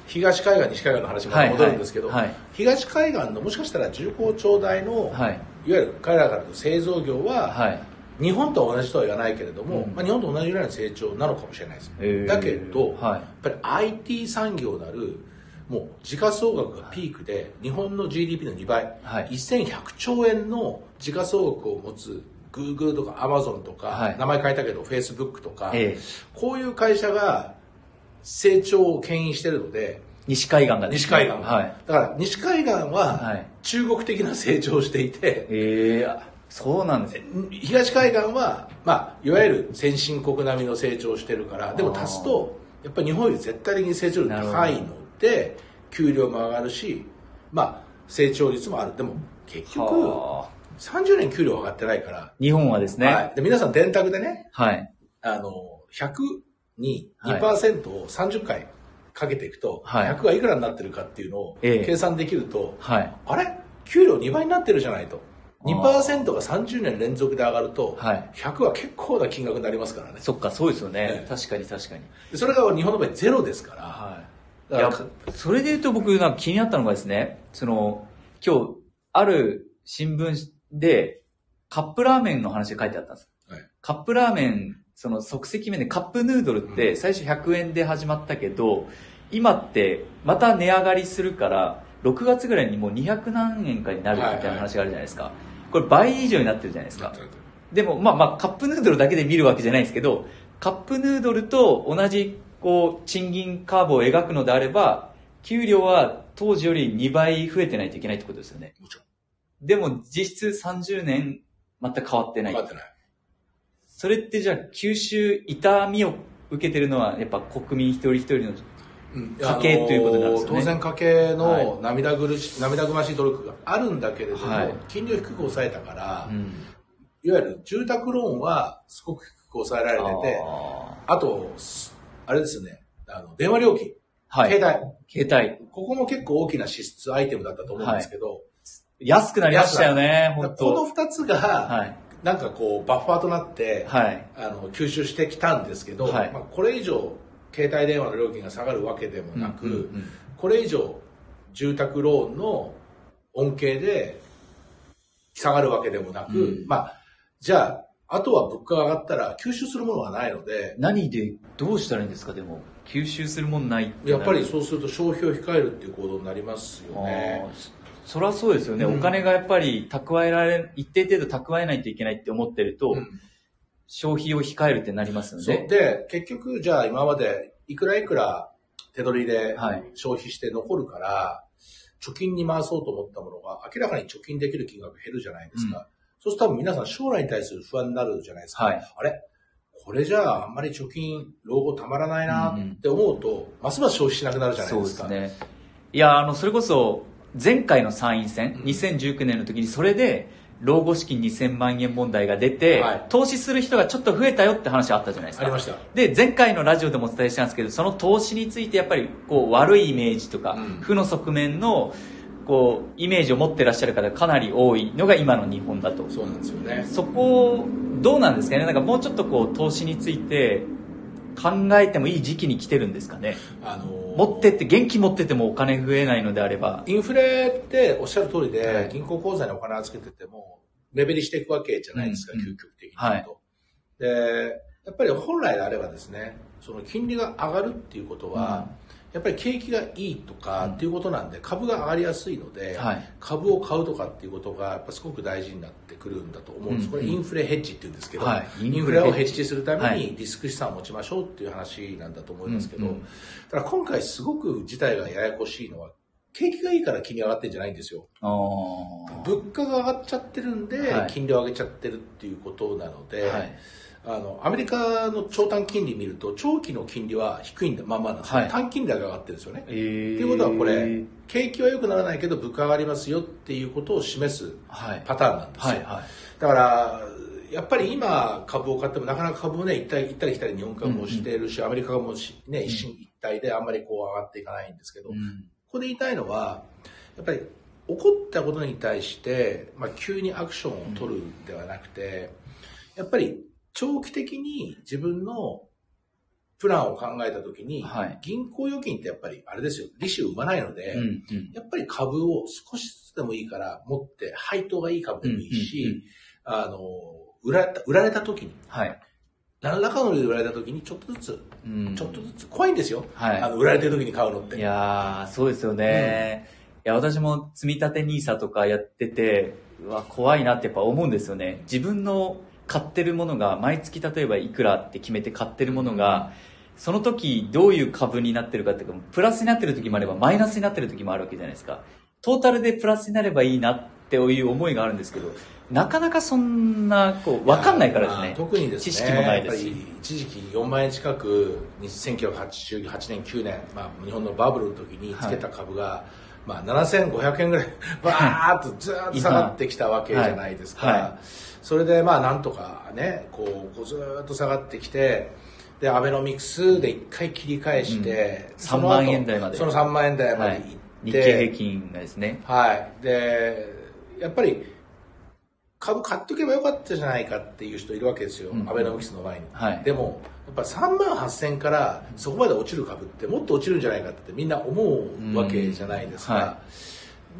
東海岸、西海岸の話まで戻るんですけど、
はいはいはい、
東海岸のもしかしたら重工長大の、はい、いわゆる彼らからの製造業は、はい、日本とは同じとは言わないけれども、うん、まあ、日本と同じぐらいの成長なのかもしれないです。だけど、はい、やっぱり アイティー 産業なる、もう時価総額がピークで、日本の ジーディーピー のにばい、はい、せんひゃくちょうえんの時価総額を持つ、Google とか Amazon とか、はい、名前変えたけど Facebook とか、えー、こういう会社が成長を牽引してるので、
西海岸がですね。
西海岸。はい。だから西海岸は中国的な成長をしていて、はい、
えー、そうなんです。
東海岸は、まあ、いわゆる先進国並みの成長をしてるから、でも足すと、やっぱり日本より絶対的に成長率高いので、給料も上がるし、まあ、成長率もある。でも、結局、さんじゅうねん給料上がってないから。
日本はですね。
はい。で、皆さん電卓でね、
はい。
あの、ひゃくに にパーセント をさんじゅっかいかけていくと、はい、ひゃくがいくらになってるかっていうのを計算できると、ええ、はい、あれ給料にばいになってるじゃないと。にパーセント がさんじゅうねん連続で上がると、はい、ひゃくは結構な金額になりますからね。
そっか、そうですよね。ね、確かに確かに。
それが日本の場合ゼロですから。はい、
だからいや、それで言うと僕なんか気になったのがですね、その、今日、ある新聞でカップラーメンの話が書いてあったんです。はい、カップラーメン、その即席麺でカップヌードルって最初ひゃくえんで始まったけど、今ってまた値上がりするから、ろくがつぐらいにもうにひゃくなんえんかになるみたいな話があるじゃないですか。はいはい、これ倍以上になってるじゃないですか。でもまあまあカップヌードルだけで見るわけじゃないんですけど、カップヌードルと同じこう賃金カーブを描くのであれば、給料は当時よりにばい増えてないといけないってことですよね。
もちろん。
でも実質さんじゅうねん全く変わってない。
変わってない。
それってじゃあ吸収、痛みを受けてるのはやっぱ国民一人一人の家計ということなんですよね。
当然家計の涙苦し、はい、涙ぐましい努力があるんだけれども、はい、金利を低く抑えたから、うん、いわゆる住宅ローンはすごく低く抑えられてて、あ, あと、あれですね、あの電話料金、はい、携
帯。携帯。
ここも結構大きな支出アイテムだったと思うんですけど、はい、
安くなりましたよね、本当。
この二つが、はいなんかこうバッファーとなって、はい、あの吸収してきたんですけど、はいまあ、これ以上携帯電話の料金が下がるわけでもなく、うんうんうん、これ以上住宅ローンの恩恵で下がるわけでもなく、うん、まあじゃああとは物価が上がったら吸収するものがないので、
何でどうしたらいいんですか。でも吸収するものないって
やっぱりそうすると消費を控えるっていう行動になりますよね。
そりゃそうですよね、うん、お金がやっぱり蓄えられ、一定程度蓄えないといけないって思ってると、うん、消費を控えるってなりますよね。
そう。で、結局、じゃあ今までいくらいくら手取りで消費して残るから、はい、貯金に回そうと思ったものが明らかに貯金できる金額減るじゃないですか。うん、そうすると多分皆さん将来に対する不安になるじゃないですか。はい、あれこれじゃああんまり貯金、老後たまらないなって思うと、うんうん、ますます消費しなくなるじゃないですか。
そうですね。いや、あの、それこそ、前回の参院選、にせんじゅうきゅうねんの時にそれで老後資金にせんまんえん問題が出て、はい、投資する人がちょっと増えたよって話あったじゃないですか。
ありました。
で、前回のラジオでもお伝えしたんですけど、その投資についてやっぱりこう悪いイメージとか、うん、負の側面のこうイメージを持ってらっしゃる方がかなり多いのが今の日本だと。
そうなんですよね。
そこどうなんですかね。なんかもうちょっとこう投資について考えてもいい時期に来てるんですかね。あのー、持ってって現金持っててもお金増えないのであれば、
インフレっておっしゃる通りで、はい、銀行口座にお金預けてても目減りしていくわけじゃないですか、うんうん、究極的に言うと、はい、でやっぱり本来であればですね、その金利が上がるっていうことは、うんやっぱり景気がいいとかっていうことなんで、株が上がりやすいので、はい、株を買うとかっていうことがやっぱすごく大事になってくるんだと思うんです。これインフレヘッジって言うんですけど、はい、インフレをヘッジするためにリスク資産を持ちましょうっていう話なんだと思いますけど、ただ今回すごく事態がややこしいのは、景気がいいから金利上がってるんじゃないんですよ。物価が上がっちゃってるんで、金利を上げちゃってるっていうことなので、はいあのアメリカの長短金利見ると長期の金利は低いんだまんまなんですよ、はい、短金利だけ上がってるんですよね。と、えー、いうことはこれ景気は良くならないけど物価上がりますよっていうことを示すパターンなんですよ、はいはいはい、だからやっぱり今株を買ってもなかなか株もね行ったり行ったり来たり日本株もしているし、うんうん、アメリカ株もね一進一退であんまりこう上がっていかないんですけど、うん、ここで言いたいのはやっぱり起こったことに対して、まあ、急にアクションを取るんではなくて、やっぱり長期的に自分のプランを考えたときに、
はい、
銀行預金ってやっぱりあれですよ、利子を生まないので、
うんうん、
やっぱり株を少しずつでもいいから持って、配当がいい株でもいいし、うんうんうん、あの、売られた、売られたときに、はい、何らかの理由で売られたときにちょっとずつ、うん、ちょっとずつ怖いんですよ。はい、あの売られてるときに買うのって。
いやー、そうですよね。うん、いや、私も積み立てニーサとかやってて、うわ、怖いなってやっぱ思うんですよね。自分の買ってるものが毎月例えばいくらって決めて買ってるものが、うん、その時どういう株になってるかっていうか、プラスになってる時もあればマイナスになってる時もあるわけじゃないですか。トータルでプラスになればいいなっていう思いがあるんですけど、なかなかそんなこう分かんないからですね。
まあ、特にですね、
知識もないですし、
一時期よんまんえん近くせんきゅうひゃくはちじゅうはちねんきゅうねん、まあ、日本のバブルの時につけた株が、はい、まあ、ななせんごひゃくえんぐらいバーッとずーっと下がってきたわけじゃないですか。はいはい、それでまあなんとかね、こう、こうずーっと下がってきて、でアベノミクスで一回切り返して、
うん、さんまんえん台まで、
そのさんまんえん台まで行って、はい、
日経平均がですね。
はい。でやっぱり株買っとけばよかったじゃないかっていう人いるわけですよ、うん、アベノミクスの前に、はい、でもやっぱさんまんはっせんからそこまで落ちる株ってもっと落ちるんじゃないかってみんな思うわけじゃないですか、うんはい、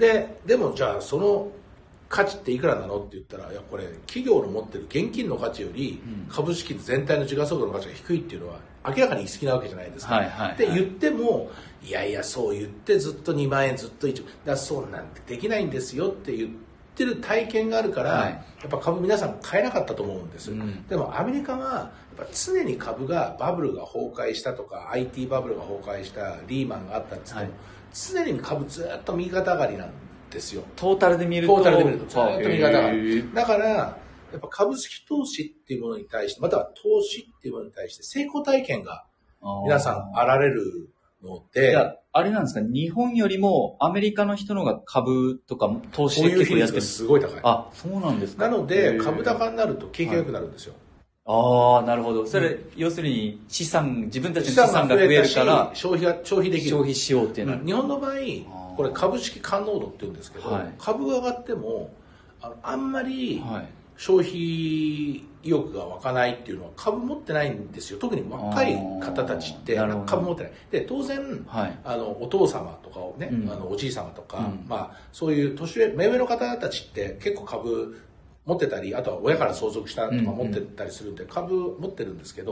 ででもじゃあその価値っていくらなのって言ったら、いやこれ企業の持ってる現金の価値より株式全体の時価総額の価値が低いっていうのは明らかに言い過ぎなわけじゃないですか、はいはいはい、って言っても、いやいやそう言ってずっとにまんえんずっといちまんだそんなんてできないんですよって言ってる体験があるから、はい、やっぱ株皆さん買えなかったと思うんです、うん、でもアメリカはやっぱ常に株がバブルが崩壊したとか アイティー バブルが崩壊したリーマンがあったって言っても、はい、常に株ずっと右肩上がりなんですよ。
トータルで見ると
トータルで見るとずっと右肩上がりだからやっぱ株式投資っていうものに対してまたは投資っていうものに対して成功体験が皆さんあられるので、
じゃああれなんですか、日本よりもアメリカの人の方が株とか投資で結構やってる。
すごい高い。
あ、そうなんですか。
なので株高になると景気が良くなるんですよ。
はい、ああ、なるほど。それ、うん、要するに資産、自分たちの資産が増えるから
消費が消費できる。
消費しようっていうのは、
うん、日本の場合これ株式感濃度って言うんですけど、はい、株が上がってもあのあんまり消費意欲が湧かないっていうのは株持ってないんですよ。特に若い方たちって株持ってない。で当然、はい、あのお父様とかをね、うん、あのおじい様とか、うん、まあそういう年上目上の方たちって結構株持ってたり、あとは親から相続したとか持ってたりするんで、うんうん、株持ってるんですけど、うん、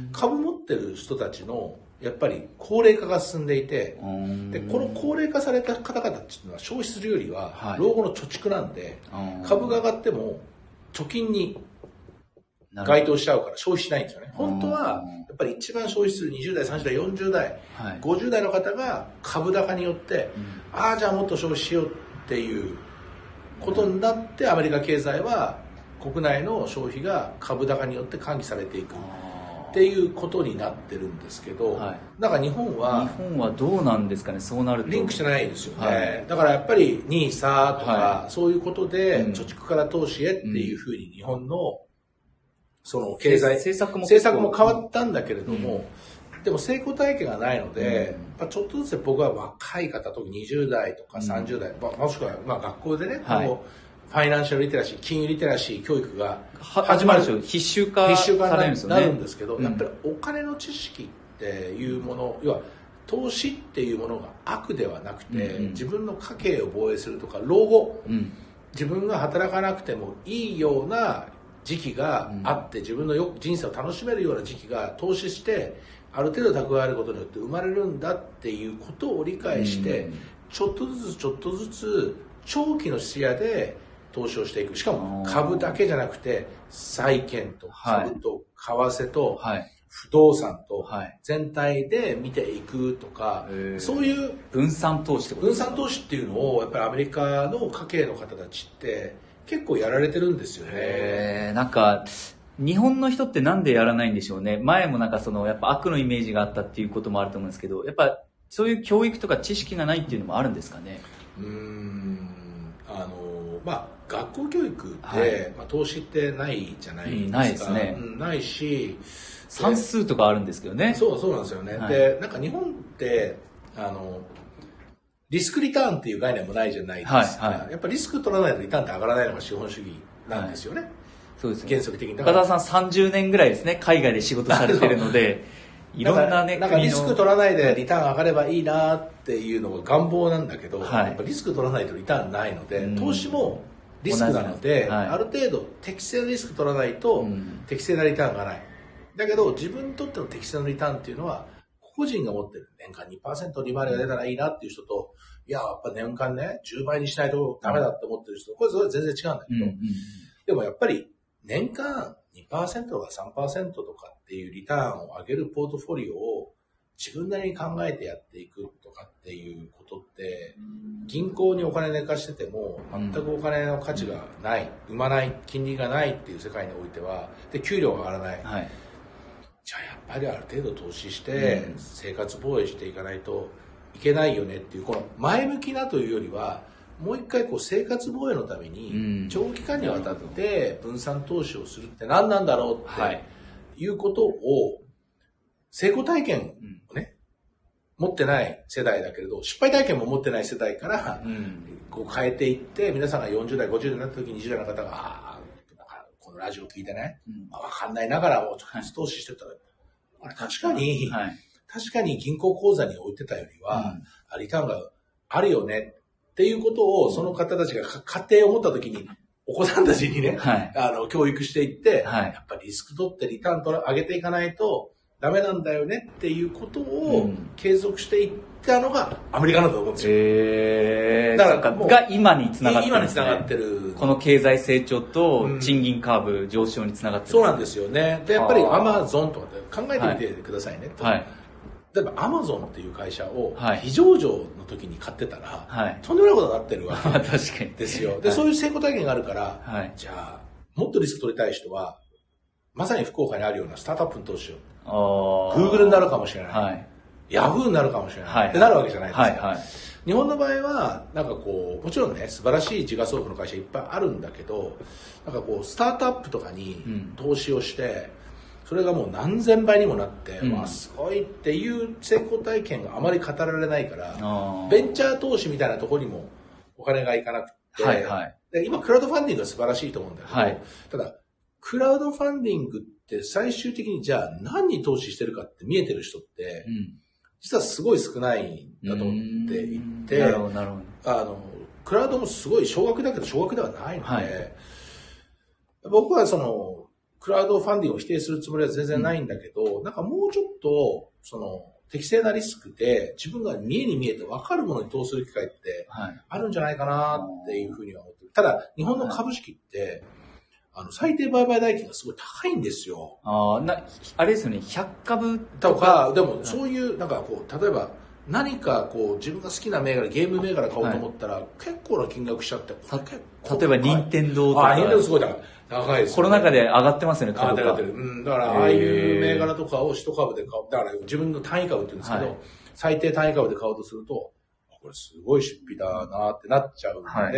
株持ってる人たちのやっぱり高齢化が進んでいて、でこの高齢化された方々っていうのは消費するよりは老後の貯蓄なんで、はい、株が上がっても貯金に該当しちゃうから消費しないんですよね。本当はやっぱり一番消費するにじゅう代、さんじゅう代、よんじゅう代、はい、ごじゅう代の方が株高によって、うん、ああじゃあもっと消費しようっていうことになって、アメリカ経済は国内の消費が株高によって喚起されていくっていうことになってるんですけど、はい、だから日本は
日本はどうなんですかね。そうなると
リンクしてないですよね、はい、だからやっぱりニーサとか、はい、そういうことで貯蓄から投資へっていうふうに日本のその経済
政策も
政策も変わったんだけれども、うん、でも成功体験がないので、うん、ちょっとずつ僕は若い方、特ににじゅう代とかさんじゅう代、うん、もしくはまあ学校でね、はい、ファイナンシャルリテラシー、金融リテラシー教育が
始まるでしょ。必修化されるんですよね。
なるんですけど、やっぱりお金の知識っていうもの、要は投資っていうものが悪ではなくて、うんうん、自分の家計を防衛するとか老後、うん、自分が働かなくてもいいような時期があって、うん、自分のよ人生を楽しめるような時期が投資してある程度蓄えることによって生まれるんだっていうことを理解して、うん、ちょっとずつちょっとずつ長期の視野で投資をしていく。しかも株だけじゃなくて債券と株と為替と不動産と全体で見ていくとか、そういう
分散投資ってこと
ですか？分散投資っていうのをやっぱりアメリカの家計の方たちって結構やられてるんですよね。
へー、なんか日本の人ってなんでやらないんでしょうね。前もなんかそのやっぱ悪のイメージがあったっていうこともあると思うんですけど、やっぱそういう教育とか知識がないっていうのもあるんですかね。
うーん、あのまあ学校教育って、はい、まあ、投資ってないじゃないですか。うん、
ないですね。
うん、ないし
算数とかあるんですけどね。
そうそうなんですよね。はい、でなんか日本ってあのリスクリターンっていう概念もないじゃないですか、はいはい、やっぱりリスク取らないとリターンって上がらないのが資本主義なんですよね、はい、
そうですね。
原則的に。
岡田さんさんじゅうねんぐらいですね、海外で仕事されてるのでいろんなね、
なんかリスク取らないでリターン上がればいいなっていうのが願望なんだけど、はい、やっぱリスク取らないとリターンないので、うん、投資もリスクなので、はい、ある程度適正なリスク取らないと適正なリターンがない。だけど自分にとっての適正なリターンっていうのは、個人が持ってる年間 にパーセント 利回りが出たらいいなっていう人と、いや、やっぱ年間ね、じゅうばいにしないとダメだって思ってる人、これそれ全然違うんだけど、うんうん、でもやっぱり年間 にパーセント とか さんパーセント とかっていうリターンを上げるポートフォリオを自分なりに考えてやっていくとかっていうことって、銀行にお金寝かしてても全くお金の価値がない、生まない、金利がないっていう世界においては、で、給料が上がらない。はい、じゃあやっぱりある程度投資して生活防衛していかないといけないよねっていう、この前向きなというよりは、もう一回こう生活防衛のために長期間にわたって分散投資をするって何なんだろうっていうことを、成功体験をね、持ってない世代だけれど、失敗体験も持ってない世代からこう変えていって、皆さんがよんじゅう代、ごじゅう代になった時ににじゅう代の方が、ああ、このラジオ聞いてね、わかんないながらも直接投資してたら、あれ確かに、はい、確かに銀行口座に置いてたよりは、うん、リターンがあるよねっていうことを、その方たちが家庭を持った時に、お子さんたちにね、はい、あの、教育していって、はい、やっぱりリスク取ってリターン取ら上げていかないとダメなんだよねっていうことを継続していったのがアメリカなんだと思うんですよ。
へー。だからもうが今につながってるんですね。
今につながってる。
この経済成長と賃金カーブ上昇につながってる、
そうなんですよね。で、やっぱりアマゾンとかって考えてみてくださいね。はい。例えばアマゾンっていう会社を非上場の時に買ってたら、はい、とんでもないことになってるわけですよ。で、はい、そういう成功体験があるから、はい、じゃあ、もっとリスク取りたい人は、まさに福岡にあるようなスタートアップに投資を。Google になるかもしれない。はい、Yahoo になるかもしれない。はい、ってなるわけじゃないですか。はいはい、日本の場合は、なんかこう、もちろんね、素晴らしい時価総額の会社いっぱいあるんだけど、なんかこう、スタートアップとかに投資をして、うんそれがもう何千倍にもなって、うん、わすごいっていう成功体験があまり語られないから、ベンチャー投資みたいなところにもお金がいかなくて、はいはい、で今クラウドファンディングは素晴らしいと思うんだけど、はい、ただクラウドファンディングって最終的にじゃあ何に投資してるかって見えてる人って、うん、実はすごい少ないんだと思っていて、なるほどなるほど、あのクラウドもすごい少額だけど少額ではないので、はい、僕はそのクラウドファンディングを否定するつもりは全然ないんだけど、うん、なんかもうちょっと、その、適正なリスクで自分が見えに見えて分かるものに投資する機会ってあるんじゃないかなっていうふうには思ってる。ただ、日本の株式って、あの、最低売買代金がすごい高いんですよ。
ああ、な、あれですよね、ひゃっかぶ
とか、でもそういう、なんかこう、例えば、何かこう自分が好きな銘柄、ゲーム銘柄買おうと思ったら、はい、結構な金額しちゃって、
例えば任天堂とか。
あ、任天堂すごい高い。高いです、ね。
コロナ禍で上がってますよね、株価。
上がってる。うん。だから、ああいう銘柄とかを一株で買う。だから自分の単位株って言うんですけど、はい、最低単位株で買おうとすると、これすごい出費だなってなっちゃうので、はい、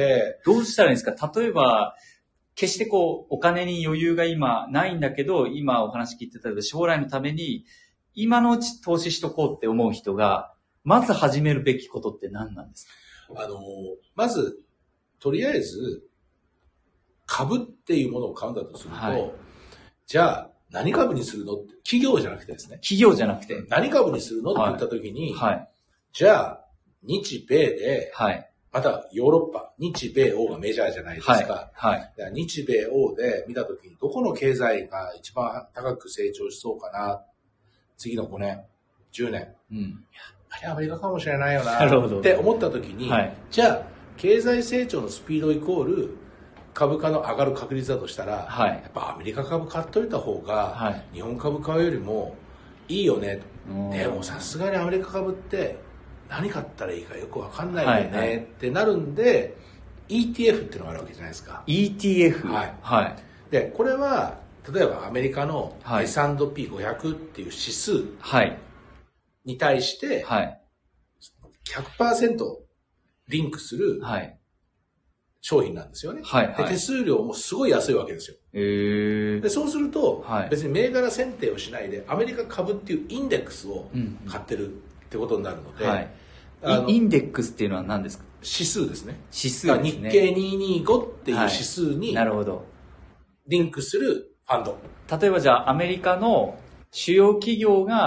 どうしたらいいんですか？例えば、決してこう、お金に余裕が今ないんだけど、今お話聞いてたけど、将来のために、今のうち投資しとこうって思う人が、まず始めるべきことって何なんですか？
あの、まず、とりあえず、株っていうものを買うんだとすると、はい、じゃあ、何株にするのって、企業じゃなくてですね。
企業じゃなくて。
何株にするのって言ったときに、はいはい、じゃあ、日米で、はい、またヨーロッパ、日米欧がメジャーじゃないですか。はいはい、日米欧で見たときに、どこの経済が一番高く成長しそうかな、次のごねん、じゅうねん。うん、やっぱりアメリカかもしれないよな、って思ったときに、はい、じゃあ、経済成長のスピードイコール、株価の上がる確率だとしたら、はい、やっぱアメリカ株買っといた方が、はい、日本株買うよりもいいよね。でもさすがにアメリカ株って何買ったらいいかよくわかんないよね、はいはい、ってなるんで、イーティーエフ っていうのがあるわけじゃないですか。
イーティーエフ?
はい。はい。で、これは、例えばアメリカの エスアンドピーごひゃく っていう指数に対して、はい、ひゃくパーセント リンクする、はい商品なんですよね。はいはい、で手数料もすごい安いわけですよ。へーでそうすると、はい、別に銘柄選定をしないでアメリカ株っていうインデックスを買ってるってことになるので、うんはい、
あのインデックスっていうのは何ですか？
指数ですね。
指数ですね。
日経にひゃくにじゅうごっていう指数に、なるほど。リンクするファンド。
例えばじゃあアメリカの主要企業が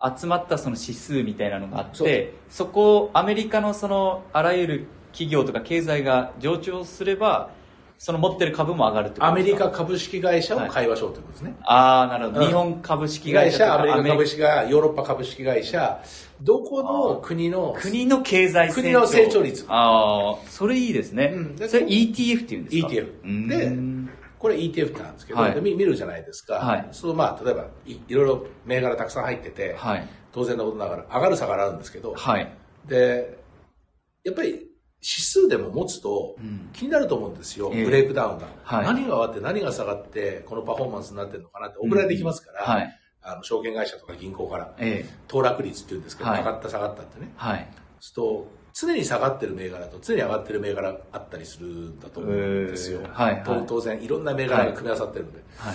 集まったその指数みたいなのがあって、そこをアメリカのそのあらゆる企業とか経済が上昇すれば、その持ってる株も上がるってことですか？
アメリカ株式会社を買いましょうということですね。はい、
ああ、なるほど。日本株式会社とか、
アメリカ株式会社、ヨーロッパ株式会社、どこの国の、
国の経済成長。
国の成長率。
ああ、それいいですね。うん、それ イーティーエフ って言うんですか？
イーティーエフ。で、これ イーティーエフ なんですけど、はい、で見るじゃないですか。はい、そうまあ、例えばい、いろいろ銘柄たくさん入ってて、はい、当然のことながら上がる下がるあるんですけど、はい、で、やっぱり指数でも持つと気になると思うんですよ、うん、ブレイクダウンが、はい。何が上がって何が下がってこのパフォーマンスになってるのかなって送られてきますから、うん、はい、あの証券会社とか銀行から、ええ、騰落率っていうんですけど、はい、上がった下がったってね。はい。そうすると常に下がってる銘柄と常に上がってる銘柄あったりするんだと思うんですよ。はいはい、当然いろんな銘柄が組み合わさってるんで、はい、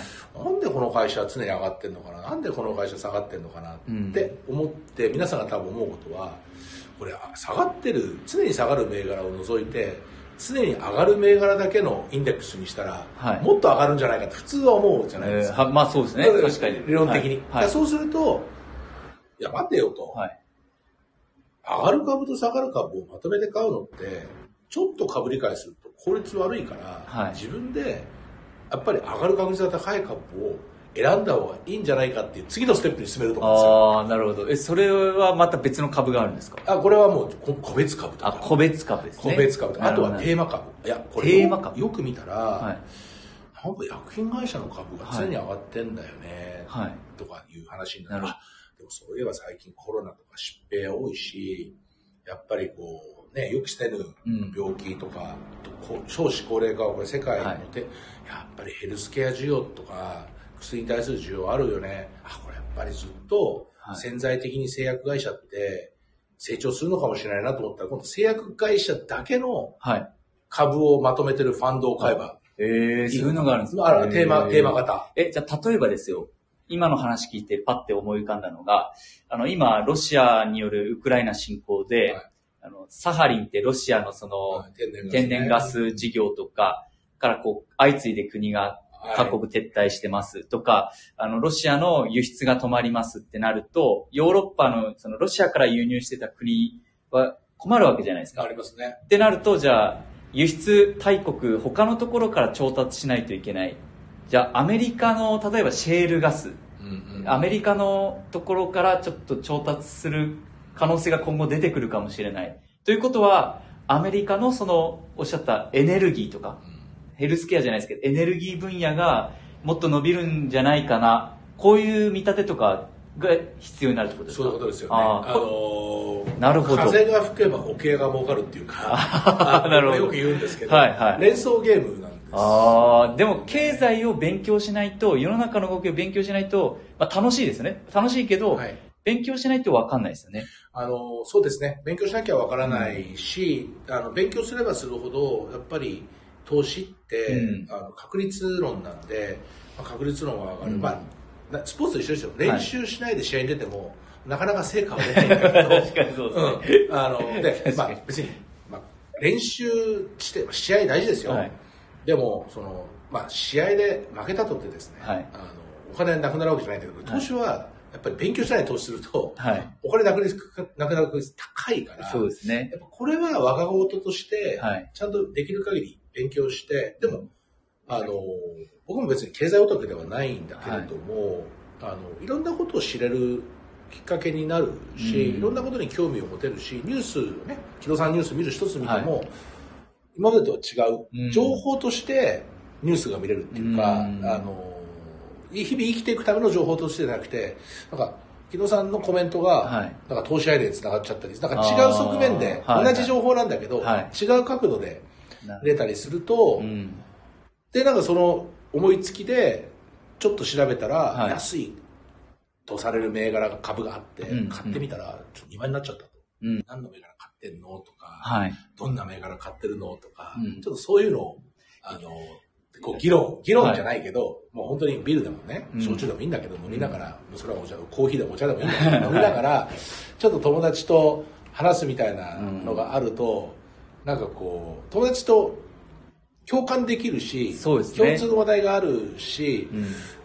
なんでこの会社は常に上がってるのかな、なんでこの会社下がってるのかなって思って、うん、皆さんが多分思うことは、これ下がってる、常に下がる銘柄を除いて常に上がる銘柄だけのインデックスにしたら、はい、もっと上がるんじゃないかって普通は思うじゃないですか。
えー、まあそうですね。確かに。
理論的に。はいはい、そうすると、いや待てよと。はい、上がる株と下がる株をまとめて買うのって、ちょっと株理解すると効率悪いから、はい、自分でやっぱり上がる確率が高い株を選んだ方がいいんじゃないかっていう次のステップに進めると思うんですよ。
ああ、なるほど。え、それはまた別の株があるんですか？
あ、これはもう個別株とか。
あ、個別株ですね。
個別株とか。あとはテーマ株。いや、これテーマ株よく見たら、はい、なんか薬品会社の株が常に上がってんだよね、はい、とかいう話になる。でもそういえば最近コロナとか疾病多いし、やっぱりこうね、予期せぬ病気とか、うん、少子高齢化はこれ世界のて、はい、やっぱりヘルスケア需要とか薬に対する需要あるよね。あ、これやっぱりずっと潜在的に製薬会社って成長するのかもしれないなと思ったら、今度製薬会社だけの株をまとめてるファンドを買えば、はい、
えー、そういうのがあるんですか？
ある、テーマ、テーマ型。
え、じゃあ例えばですよ。今の話聞いてパッて思い浮かんだのが、あの、今、ロシアによるウクライナ侵攻で、はい、あの、サハリンってロシアのその、はい、天然ガスね、天然ガス事業とかからこう、相次いで国が各国撤退してますとか、はい、あの、ロシアの輸出が止まりますってなると、ヨーロッパの、その、ロシアから輸入してた国は困るわけじゃないですか。
ありますね。
ってなると、じゃあ、輸出大国、他のところから調達しないといけない。じゃあアメリカの例えばシェールガス、うんうん、アメリカのところからちょっと調達する可能性が今後出てくるかもしれない。ということはアメリカのそのおっしゃったエネルギーとか、うん、ヘルスケアじゃないですけどエネルギー分野がもっと伸びるんじゃないかな。こういう見立てとかが必要になるってことですか？
そういうことですよね。あ、あのー、
なるほど。
風が吹けば桶屋が儲かるっていうか、なるほど。よく言うんですけど、はいはい、連想ゲームなんです。
ああ、でも経済を勉強しないと、世の中の動きを勉強しないと、まあ、楽しいですね。楽しいけど、はい、勉強しないと分かんないですよね。
あの、そうですね。勉強しなきゃ分からないし、うん、あの勉強すればするほど、やっぱり投資って、うん、あの確率論なんで、まあ、確率論は上がる。うん、まあ、スポーツと一緒ですよ。練習しないで試合に出ても、はい、なかなか成果は出ないんだけど。
確かにそうですね。
うん、あの、で、まあ別に、まあ、練習して、試合大事ですよ。はい、でも、その、まあ、試合で負けたとってですね、はい、あの、お金なくなるわけじゃないんだけど、投資は、やっぱり勉強しないで投資すると、はい、お金なくなくなる確率高いから、
そうですね。
やっぱこれは我が事として、ちゃんとできる限り勉強して、でも、あの、僕も別に経済オタクではないんだけれども、はい、あの、いろんなことを知れるきっかけになるし、うん、いろんなことに興味を持てるし、ニュースね、木戸さんニュース見る一つ見ても、はい、今までとは違う情報としてニュースが見れるっていうか、うん、あの日々生きていくための情報としてじゃなくて、なんか木戸さんのコメントが、はい、なんか投資アイデアにつながっちゃったり、なんか違う側面で同じ情報なんだけど、はい、違う角度で出たりすると、うん、でなんかその思いつきでちょっと調べたら、はい、安いとされる銘柄が株があって、うん、買ってみたらちょっとにばいになっちゃったと、うん、何の銘柄買ってんのとか、はい、どんな銘柄買ってるのとか、うん、ちょっとそういうのをあのこう議論議論じゃないけど、はい、もう本当にビールでもね、焼酎でもいいんだけど、飲みながら、うん、それはお茶コーヒーでもお茶でもいいんだけど飲みながらちょっと友達と話すみたいなのがあると、うん、なんかこう友達と共感できるし、
そうですね、
共通の話題があるし、うん、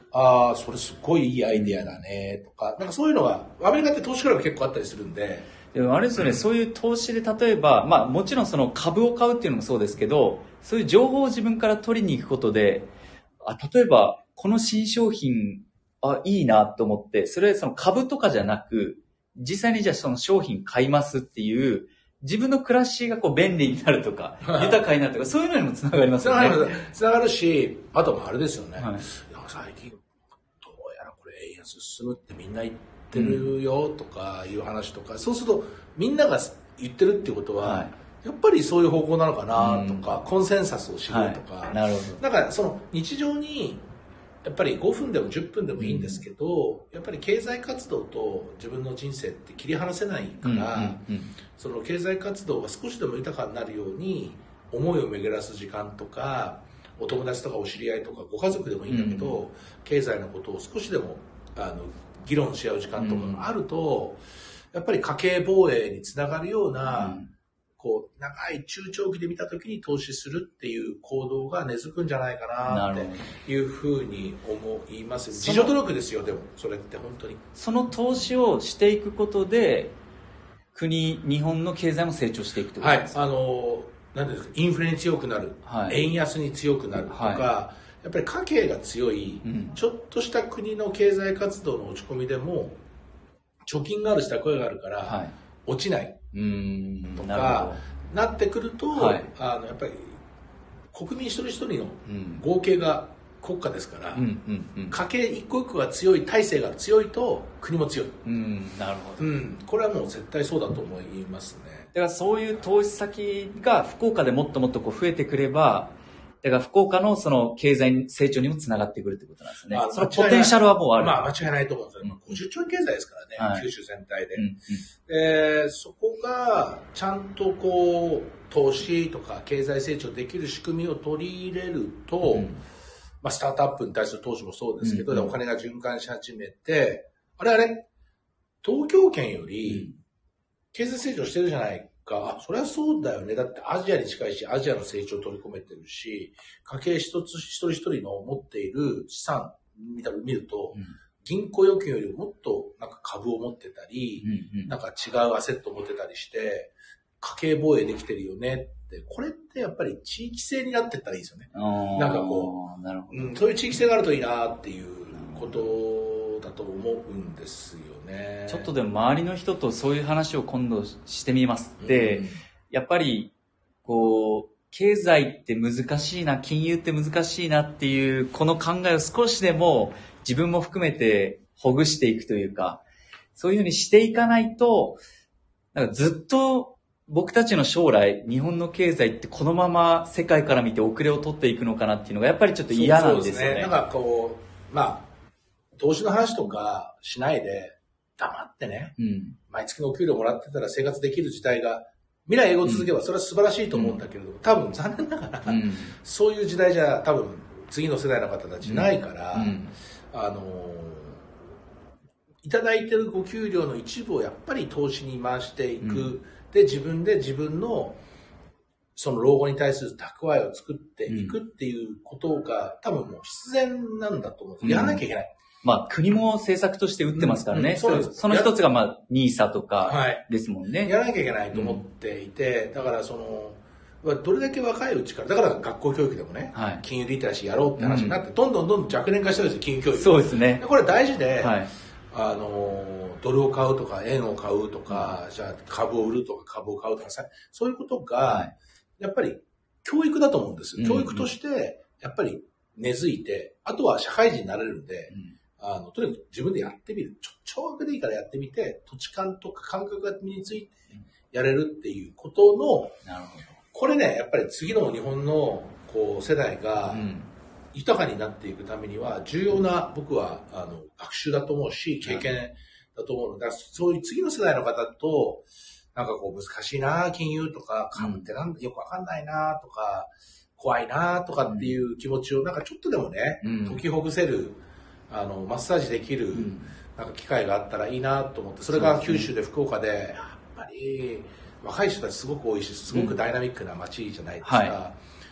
ああ、それすっごいいいアイデアだね、とか、なんかそういうのが、アメリカって投資クラブ結構あったりするんで。
でもあれですよね、うん、そういう投資で例えば、まあもちろんその株を買うっていうのもそうですけど、そういう情報を自分から取りに行くことで、あ、例えばこの新商品、あ、いいなと思って、それその株とかじゃなく、実際にじゃあその商品買いますっていう、自分の暮らしがこう便利になるとか、豊かになるとか、そういうのにもつながりますよね。
つながるし、あともあれですよね。はい、最近、どうやらこれ円安進むってみんな言ってるよとかいう話とか、うん、そうするとみんなが言ってるっていうことは、はい、やっぱりそういう方向なのかなとか、うん、コンセンサスを知るとか、はい、
なるほど。
だからその日常に、やっぱりごふんでもじゅっぷんでもいいんですけど、うん、やっぱり経済活動と自分の人生って切り離せないから、うんうんうん、その経済活動が少しでも豊かになるように思いを巡らす時間とか、お友達とかお知り合いとかご家族でもいいんだけど、うん、経済のことを少しでもあの議論し合う時間とかがあると、うん、やっぱり家計防衛につながるような、うんこう、長い中長期で見たときに投資するっていう行動が根付くんじゃないかなっていうふうに思います。自助努力ですよ、でも、それって本当に。
その投資をしていくことで、国、日本の経済も成長していくってことですか？
はい、あの、なんていうんですか、インフレに強くなる、はい、円安に強くなるとか、はい、やっぱり家計が強い、うん、ちょっとした国の経済活動の落ち込みでも、貯金がある人は声があるから、はい、落ちない。
うーん
とかなってくると、はい、あのやっぱり国民一人一人の合計が国家ですから、うんうんうん、家計一個一個が強い体制が強いと国も強い。
うん、なるほど、
うん。これはもう絶対そうだと思いますね。
だからそういう投資先が福岡でもっともっとこう増えてくれば、だから福岡のその経済成長にもつながってくるってことなんですね。そのポテンシャルはもうある。
まあ間違いないと思うんですよ。ごじゅっちょうえん経済ですからね、はい、九州全体で、うんうんえー。そこがちゃんとこう投資とか経済成長できる仕組みを取り入れると、うんまあ、スタートアップに対する投資もそうですけど、うんうん、お金が循環し始めて、あれあれ、東京圏より経済成長してるじゃないあ、それはそうだよね。だってアジアに近いし、アジアの成長を取り込めてるし、家計一つ一人一人の持っている資産見た見ると、うん、銀行預金よりもっとなんか株を持ってたり、うんうん、なんか違うアセットを持ってたりして、家計防衛できてるよねって、これってやっぱり地域性になってったらいいですよね。なんかこう、なるほど、うん、そういう地域性があるといいなっていうことだと思うんですよね。
ちょっとでも周りの人とそういう話を今度してみますって、うん、やっぱりこう経済って難しいな、金融って難しいなっていうこの考えを少しでも自分も含めてほぐしていくというか、そういうふうにしていかないと、なんかずっと僕たちの将来、日本の経済ってこのまま世界から見て遅れを取っていくのかなっていうのがやっぱりちょっと嫌なんですよね。そうですね。
なんかこう、まあ投資の話とかしないで黙ってね、うん、毎月のお給料もらってたら生活できる時代が未来英語続けばそれは素晴らしいと思うんだけれども、うん、多分残念ながら、うん、そういう時代じゃ多分次の世代の方たちないから、うんうん、あのいただいてるご給料の一部をやっぱり投資に回していく、うん、で自分で自分のその老後に対する蓄えを作っていくっていうことが、多分もう必然なんだと思うんです。やらなきゃいけない。
まあ、国も政策として打ってますからね。うんうん、そうです。その一つが、まあ、ニーサ とかですもんね、
はい。やらなきゃいけないと思っていて、うん、だからその、どれだけ若いうちから、だから学校教育でもね、はい、金融リテラシーやろうって話になって、うん、どんどんどんどん若年化してるんですよ、金融教育。
そうですね。
これ大事で、はい、あの、ドルを買うとか、円を買うとか、うん、じゃあ株を売るとか株を買うとかさ、そういうことが、はい、やっぱり教育だと思うんですよ。教育として、やっぱり根付いて、あとは社会人になれるんで、うんあの、とにかく自分でやってみる。ちょ、超額でいいからやってみて、土地勘とか感覚が身についてやれるっていうことの、なるほど。これね、やっぱり次の日本のこう世代が豊かになっていくためには重要な僕はあの学習だと思うし、経験だと思うので、だからそういう次の世代の方と、なんかこう難しいな、金融とか、株ってなんだ、よくわかんないなとか、怖いなとかっていう気持ちをなんかちょっとでもね、うん、解きほぐせる、あのマッサージできるなんか機会があったらいいなと思って、それが九州で福岡でやっぱり若い人たちすごく多いし、すごくダイナミックな街じゃないですか、うんはい、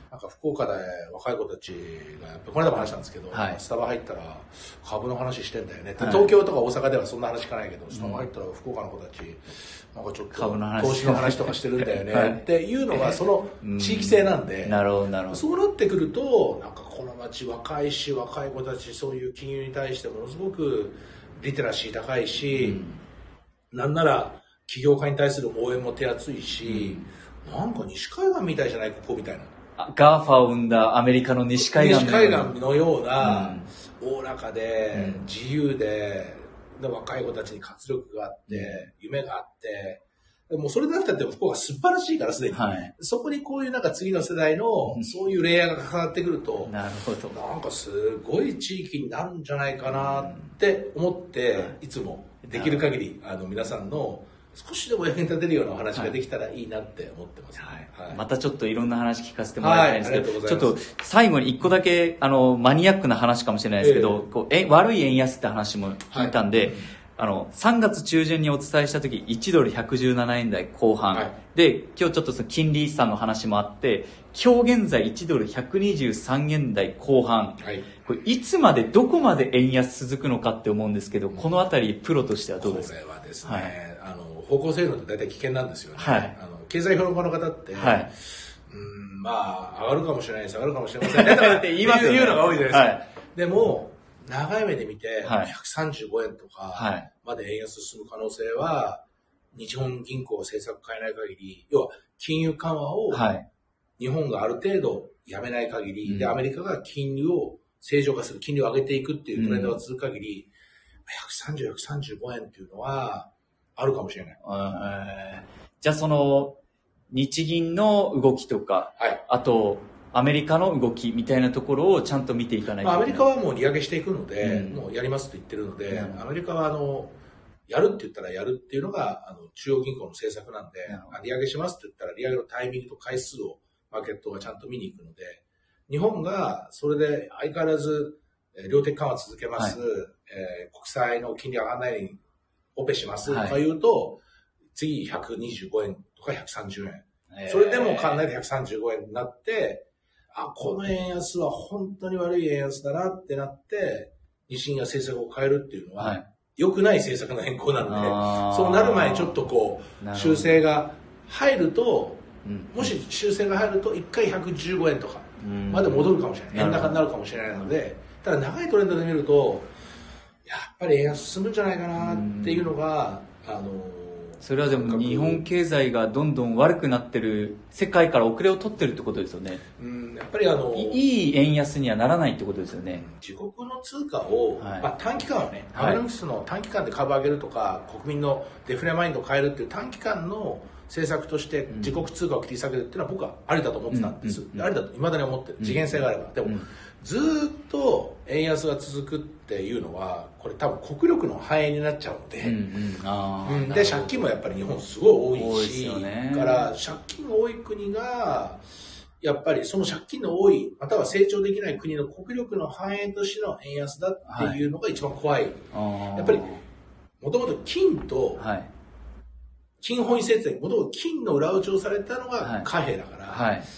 なんか福岡で若い子たちが、やっぱこの間も話したんですけど、
はい、
スタバ入ったら株の話してんだよねって、はい、東京とか大阪ではそんな話聞かないけど、スタバ入ったら福岡の子たち、なんかちょっと投資の話とかしてるんだよね、はい、っていうのがその地域性なんで、
うん、なるほどなるほど。
そうなってくると、なんかこの街若いし、若い子たちそういう金融に対してものすごくリテラシー高いし、うん、なんなら起業家に対する応援も手厚いし、うん、なんか西海岸みたいじゃないここみたいな。
ガーファを生んだアメリカの西海岸
のような、西海岸のような、おおらかで、自由で、で若い子たちに活力があって、夢があって、もうそれだけだって福岡素晴らしいからすでに、はい、そこにこういうなんか次の世代のそういうレイヤーが重なってくると、
なるほど。
なんかすごい地域になるんじゃないかなって思って、いつもできる限りあの皆さんの少しでも役に立てるようなお話ができたらいいなって思ってます、ね。
はいはい、またちょっといろんな話聞かせてもらいたいんですけど、はい、ちょっと最後に一個だけあのマニアックな話かもしれないですけど、えー、こうえ悪い円安って話も聞いたんで、はい、あのさんがつ中旬にお伝えした時いちドルひゃくじゅうななえん台後半、はい、で今日ちょっとその金利差の話もあって今日現在いちドルひゃくにじゅうさんえん台後半、はい、これいつまでどこまで円安続くのかって思うんですけど、このあたりプロとしてはどうですか？
これはですね、はい、あの方向性能って大体危険なんですよね、はい、あの経済評論家の方って、はい、うんまあ上がるかもしれない下がるかもしれませんねって言いますよね。言うのが多いじゃないですか、はい、でも長い目で見てひゃくさんじゅうごえんとかまで円安進む可能性は日本銀行が政策変えない限り、要は金融緩和を日本がある程度やめない限り、はい、でアメリカが金利を正常化する、金利を上げていくっていうトレンドが続く限り、うん、ひゃくさんじゅう、ひゃくさんじゅうごえんっていうのはあるかもしれない。
えー、じゃあその日銀の動きとか、はい、あとアメリカの動きみたいなところをちゃんと見ていかないといけない。
アメリカはもう利上げしていくので、うん、もうやりますと言ってるので、うん、アメリカはあのやるって言ったらやるっていうのがあの中央銀行の政策なんで、うん、利上げしますって言ったら利上げのタイミングと回数をマーケットがちゃんと見に行くので、日本がそれで相変わらず量的緩和続けます、はい、えー、国債の金利上がらないようにオペしますとか言うと、はい、次ひゃくにじゅうごえんとかひゃくさんじゅうえん、それでも考えてひゃくさんじゅうごえんになって、あ、この円安は本当に悪い円安だなってなって、日銀が政策を変えるっていうのは、はい、良くない政策の変更なので、そうなる前にちょっとこう、修正が入ると、うん、もし修正が入ると、いっかいひゃくじゅうごえんとかまで戻るかもしれない。円高になるかもしれないので、ただ長いトレンドで見ると、やっぱり円安進むんじゃないかなっていうのが、あの、
それはでも日本経済がどんどん悪くなってる、世界から遅れを取ってるってことですよね。
うん、やっぱりあの
いい円安にはならないってことですよね。
自国の通貨を、はい、まあ、短期間はね、アベノミクスの短期間で株上げるとか、国民のデフレマインドを変えるっていう短期間の政策として自国通貨を切り下げるっていうのは僕はありだと思ってたんです。うんうんうん、ありだと未だに思ってる。次元性があれば。でも、うん、ずーっと円安が続くっていうのは、これ多分国力の反映になっちゃうので、うんうんあうん、で、借金もやっぱり日本すごい多いし、多いね、から借金が多い国が、やっぱりその借金の多い、または成長できない国の国力の反映としての円安だっていうのが一番怖い。はい、やっぱり、もともと金と、はい、金本位制度でもともと金の裏打ちをされたのが貨幣だから、はいはい、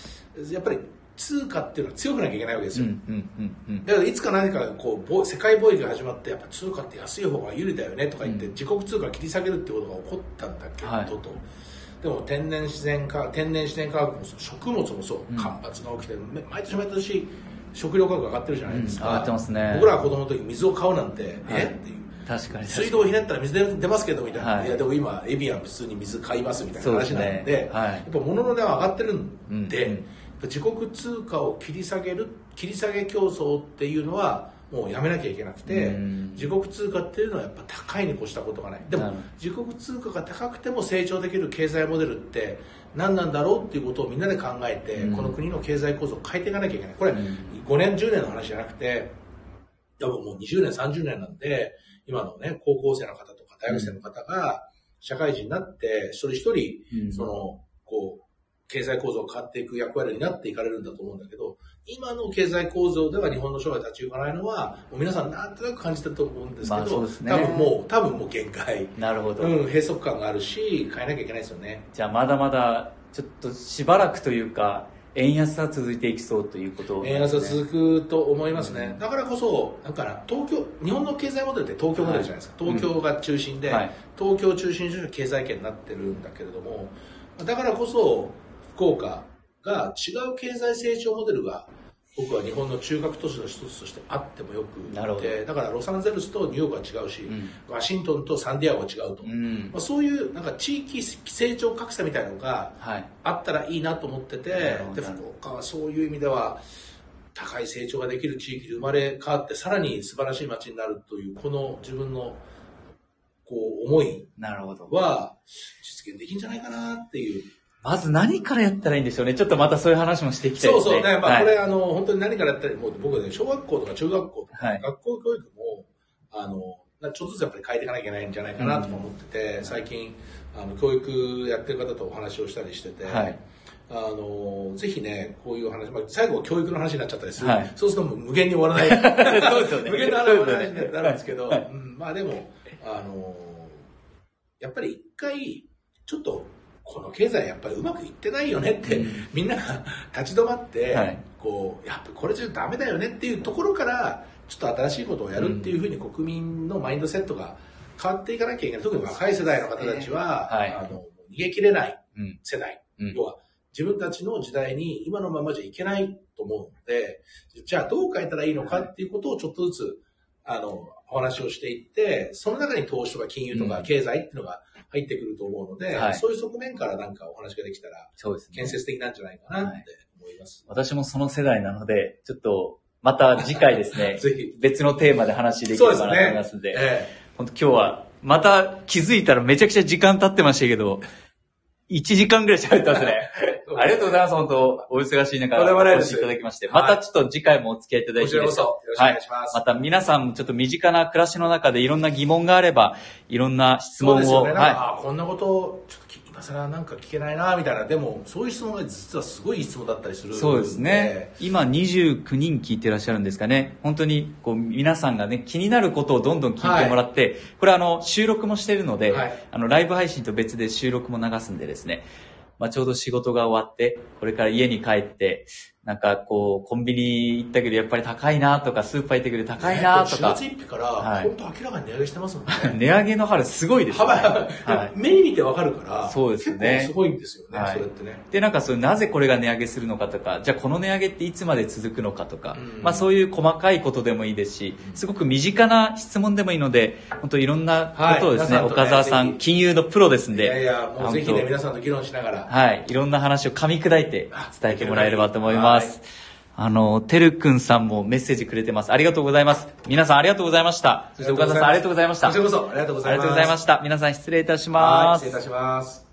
やっぱり通貨っていうのは強くなきゃいけないわけですよ。うんうんうんうん、だからいつか何かこう世界貿易が始まってやっぱ通貨って安い方が有利だよねとか言って、うん、自国通貨を切り下げるっていうことが起こったんだけど、はい、でも天然自然化天然自然科学もそう食物もそう、うん、干ばつが起きて毎年毎年食料価格上がってるじゃないですか、
うん、上がってますね。
僕らが子供の時水を買うなんて、はい、えっていう。
確かに
水道をひねったら水出ますけどみたいな、はい、いやでも今エビアン普通に水買いますみたいな話なの で, で、ねはい、やっぱ物の値は上がってるんで、うんうん、自国通貨を切り下げる切り下げ競争っていうのはもうやめなきゃいけなくて、うん、自国通貨っていうのはやっぱ高いに越したことがない。でも自国通貨が高くても成長できる経済モデルって何なんだろうっていうことをみんなで考えて、うん、この国の経済構造を変えていかなきゃいけない。これ、うん、ごねんじゅうねんの話じゃなくて多分もうにじゅうねんさんじゅうねんなんで、今のね、高校生の方とか大学生の方が社会人になって、一人一人、その、こう、経済構造が変わっていく役割になっていかれるんだと思うんだけど、今の経済構造では日本の将来立ち行かないのは、もう皆さんなんとなく感じてると思うんですけど、まあそうですね、多分もう、多分もう限界。
なるほど。
うん、閉塞感があるし、変えなきゃいけないですよね。
じゃあまだまだ、ちょっとしばらくというか、 円安は続いていきそうということ、
ね、円安は続くと思いますね、うん、だからこそなんか東京日本の経済モデルって東京モデルじゃないですか、はい、東京が中心で、うんはい、東京を中心にする経済圏になってるんだけれども、だからこそ福岡が違う経済成長モデルが僕は日本の中核都市の一つとしてあってもよくて、だからロサンゼルスとニューヨークは違うし、うん、ワシントンとサンディエゴは違うと、うんまあ、そういうなんか地域成長格差みたいなのがあったらいいなと思ってて、はい、で福岡はそういう意味では高い成長ができる地域で生まれ変わってさらに素晴らしい街になるというこの自分のこう思いは実現できるんじゃないかなっていう。
まず何からやったらいいんでしょうね。ちょっとまたそういう話もしていきたいですね。
そうそう。だからまあこれ、はい、あの、本当に何からやったらいい、もう僕ね、小学校とか中学校とか、はい、学校教育も、あの、ちょっとずつやっぱり変えていかなきゃいけないんじゃないかなと思ってて、うん、最近、あの、教育やってる方とお話をしたりしてて、はい、あの、ぜひね、こういう話、まあ、最後は教育の話になっちゃったりする。はい、そうすると無限に終わらない。そうですよね。無限の話になるんですけど、はい、うん、まあでも、あの、やっぱり一回、ちょっと、この経済やっぱりうまくいってないよねって、うん、みんなが立ち止まって、はい、こうやっぱこれじゃダメだよねっていうところからちょっと新しいことをやるっていうふうに国民のマインドセットが変わっていかなきゃいけない。特に若い世代の方たちは、はい、あの逃げ切れない世代、うん、要は自分たちの時代に今のままじゃいけないと思うので、じゃあどう変えたらいいのかっていうことをちょっとずつあのお話をしていって、その中に投資とか金融とか経済っていうのが入ってくると思うので、はい、そういう側面からなんかお話ができたら、そうですね、建設的なんじゃないかなって思います、
はい。私もその世代なので、ちょっとまた次回ですね、ぜひ別のテーマで話できればなと思いますので、でねええ、本当今日はまた気づいたらめちゃくちゃ時間経ってましたけど、いちじかんぐらい喋ってますね。ありがとうございます。本当、お忙しい中、お越しいただきまして。またちょっと次回もお付き合いいただいていいですか。
よろしくお願いします。
はい。また皆さんもちょっと身近な暮らしの中でいろんな疑問があれば、いろんな質問を。
そうですよね。はい、あこんなこと、ちょっと今更なんか聞けないな、みたいな。でも、そういう質問が実はすごい質問だったりする。
そうですね。今にじゅうきゅうにん聞いてらっしゃるんですかね。本当に、こう、皆さんがね、気になることをどんどん聞いてもらって、はい、これあの、収録もしてるので、はい、あの、ライブ配信と別で収録も流すんでですね。まあ、ちょうど仕事が終わって、これから家に帰って、なんかこう、コンビニ行ったけどやっぱり高いなとか、スーパー行ったけど高いなとか。
しがつついたちから、はい、本当明らかに値上げしてますもんね。
値上げの春すごいですね。は
い、目に見てわかるから、
そうですね。
結構すごいんですよね、はい、それってね。
で、なんかそれなぜこれが値上げするのかとか、じゃあこの値上げっていつまで続くのかとか、うん、まあそういう細かいことでもいいですし、すごく身近な質問でもいいので、本当いろんなことをですね、はい、岡澤さん、金融のプロですんで。い
やいや、もうぜひね、皆さんと議論しながら。
はい、いろんな話を噛み砕いて伝えてもらえればと思います。あの、てるくんさんもメッセージくれてます。ありがとうございます。皆さんありがとうございました。そして岡田さんありがとうございました。
こちらこそありがとうございます。
ありがとうございました。皆さん失礼いたします。
はい、失礼いたします。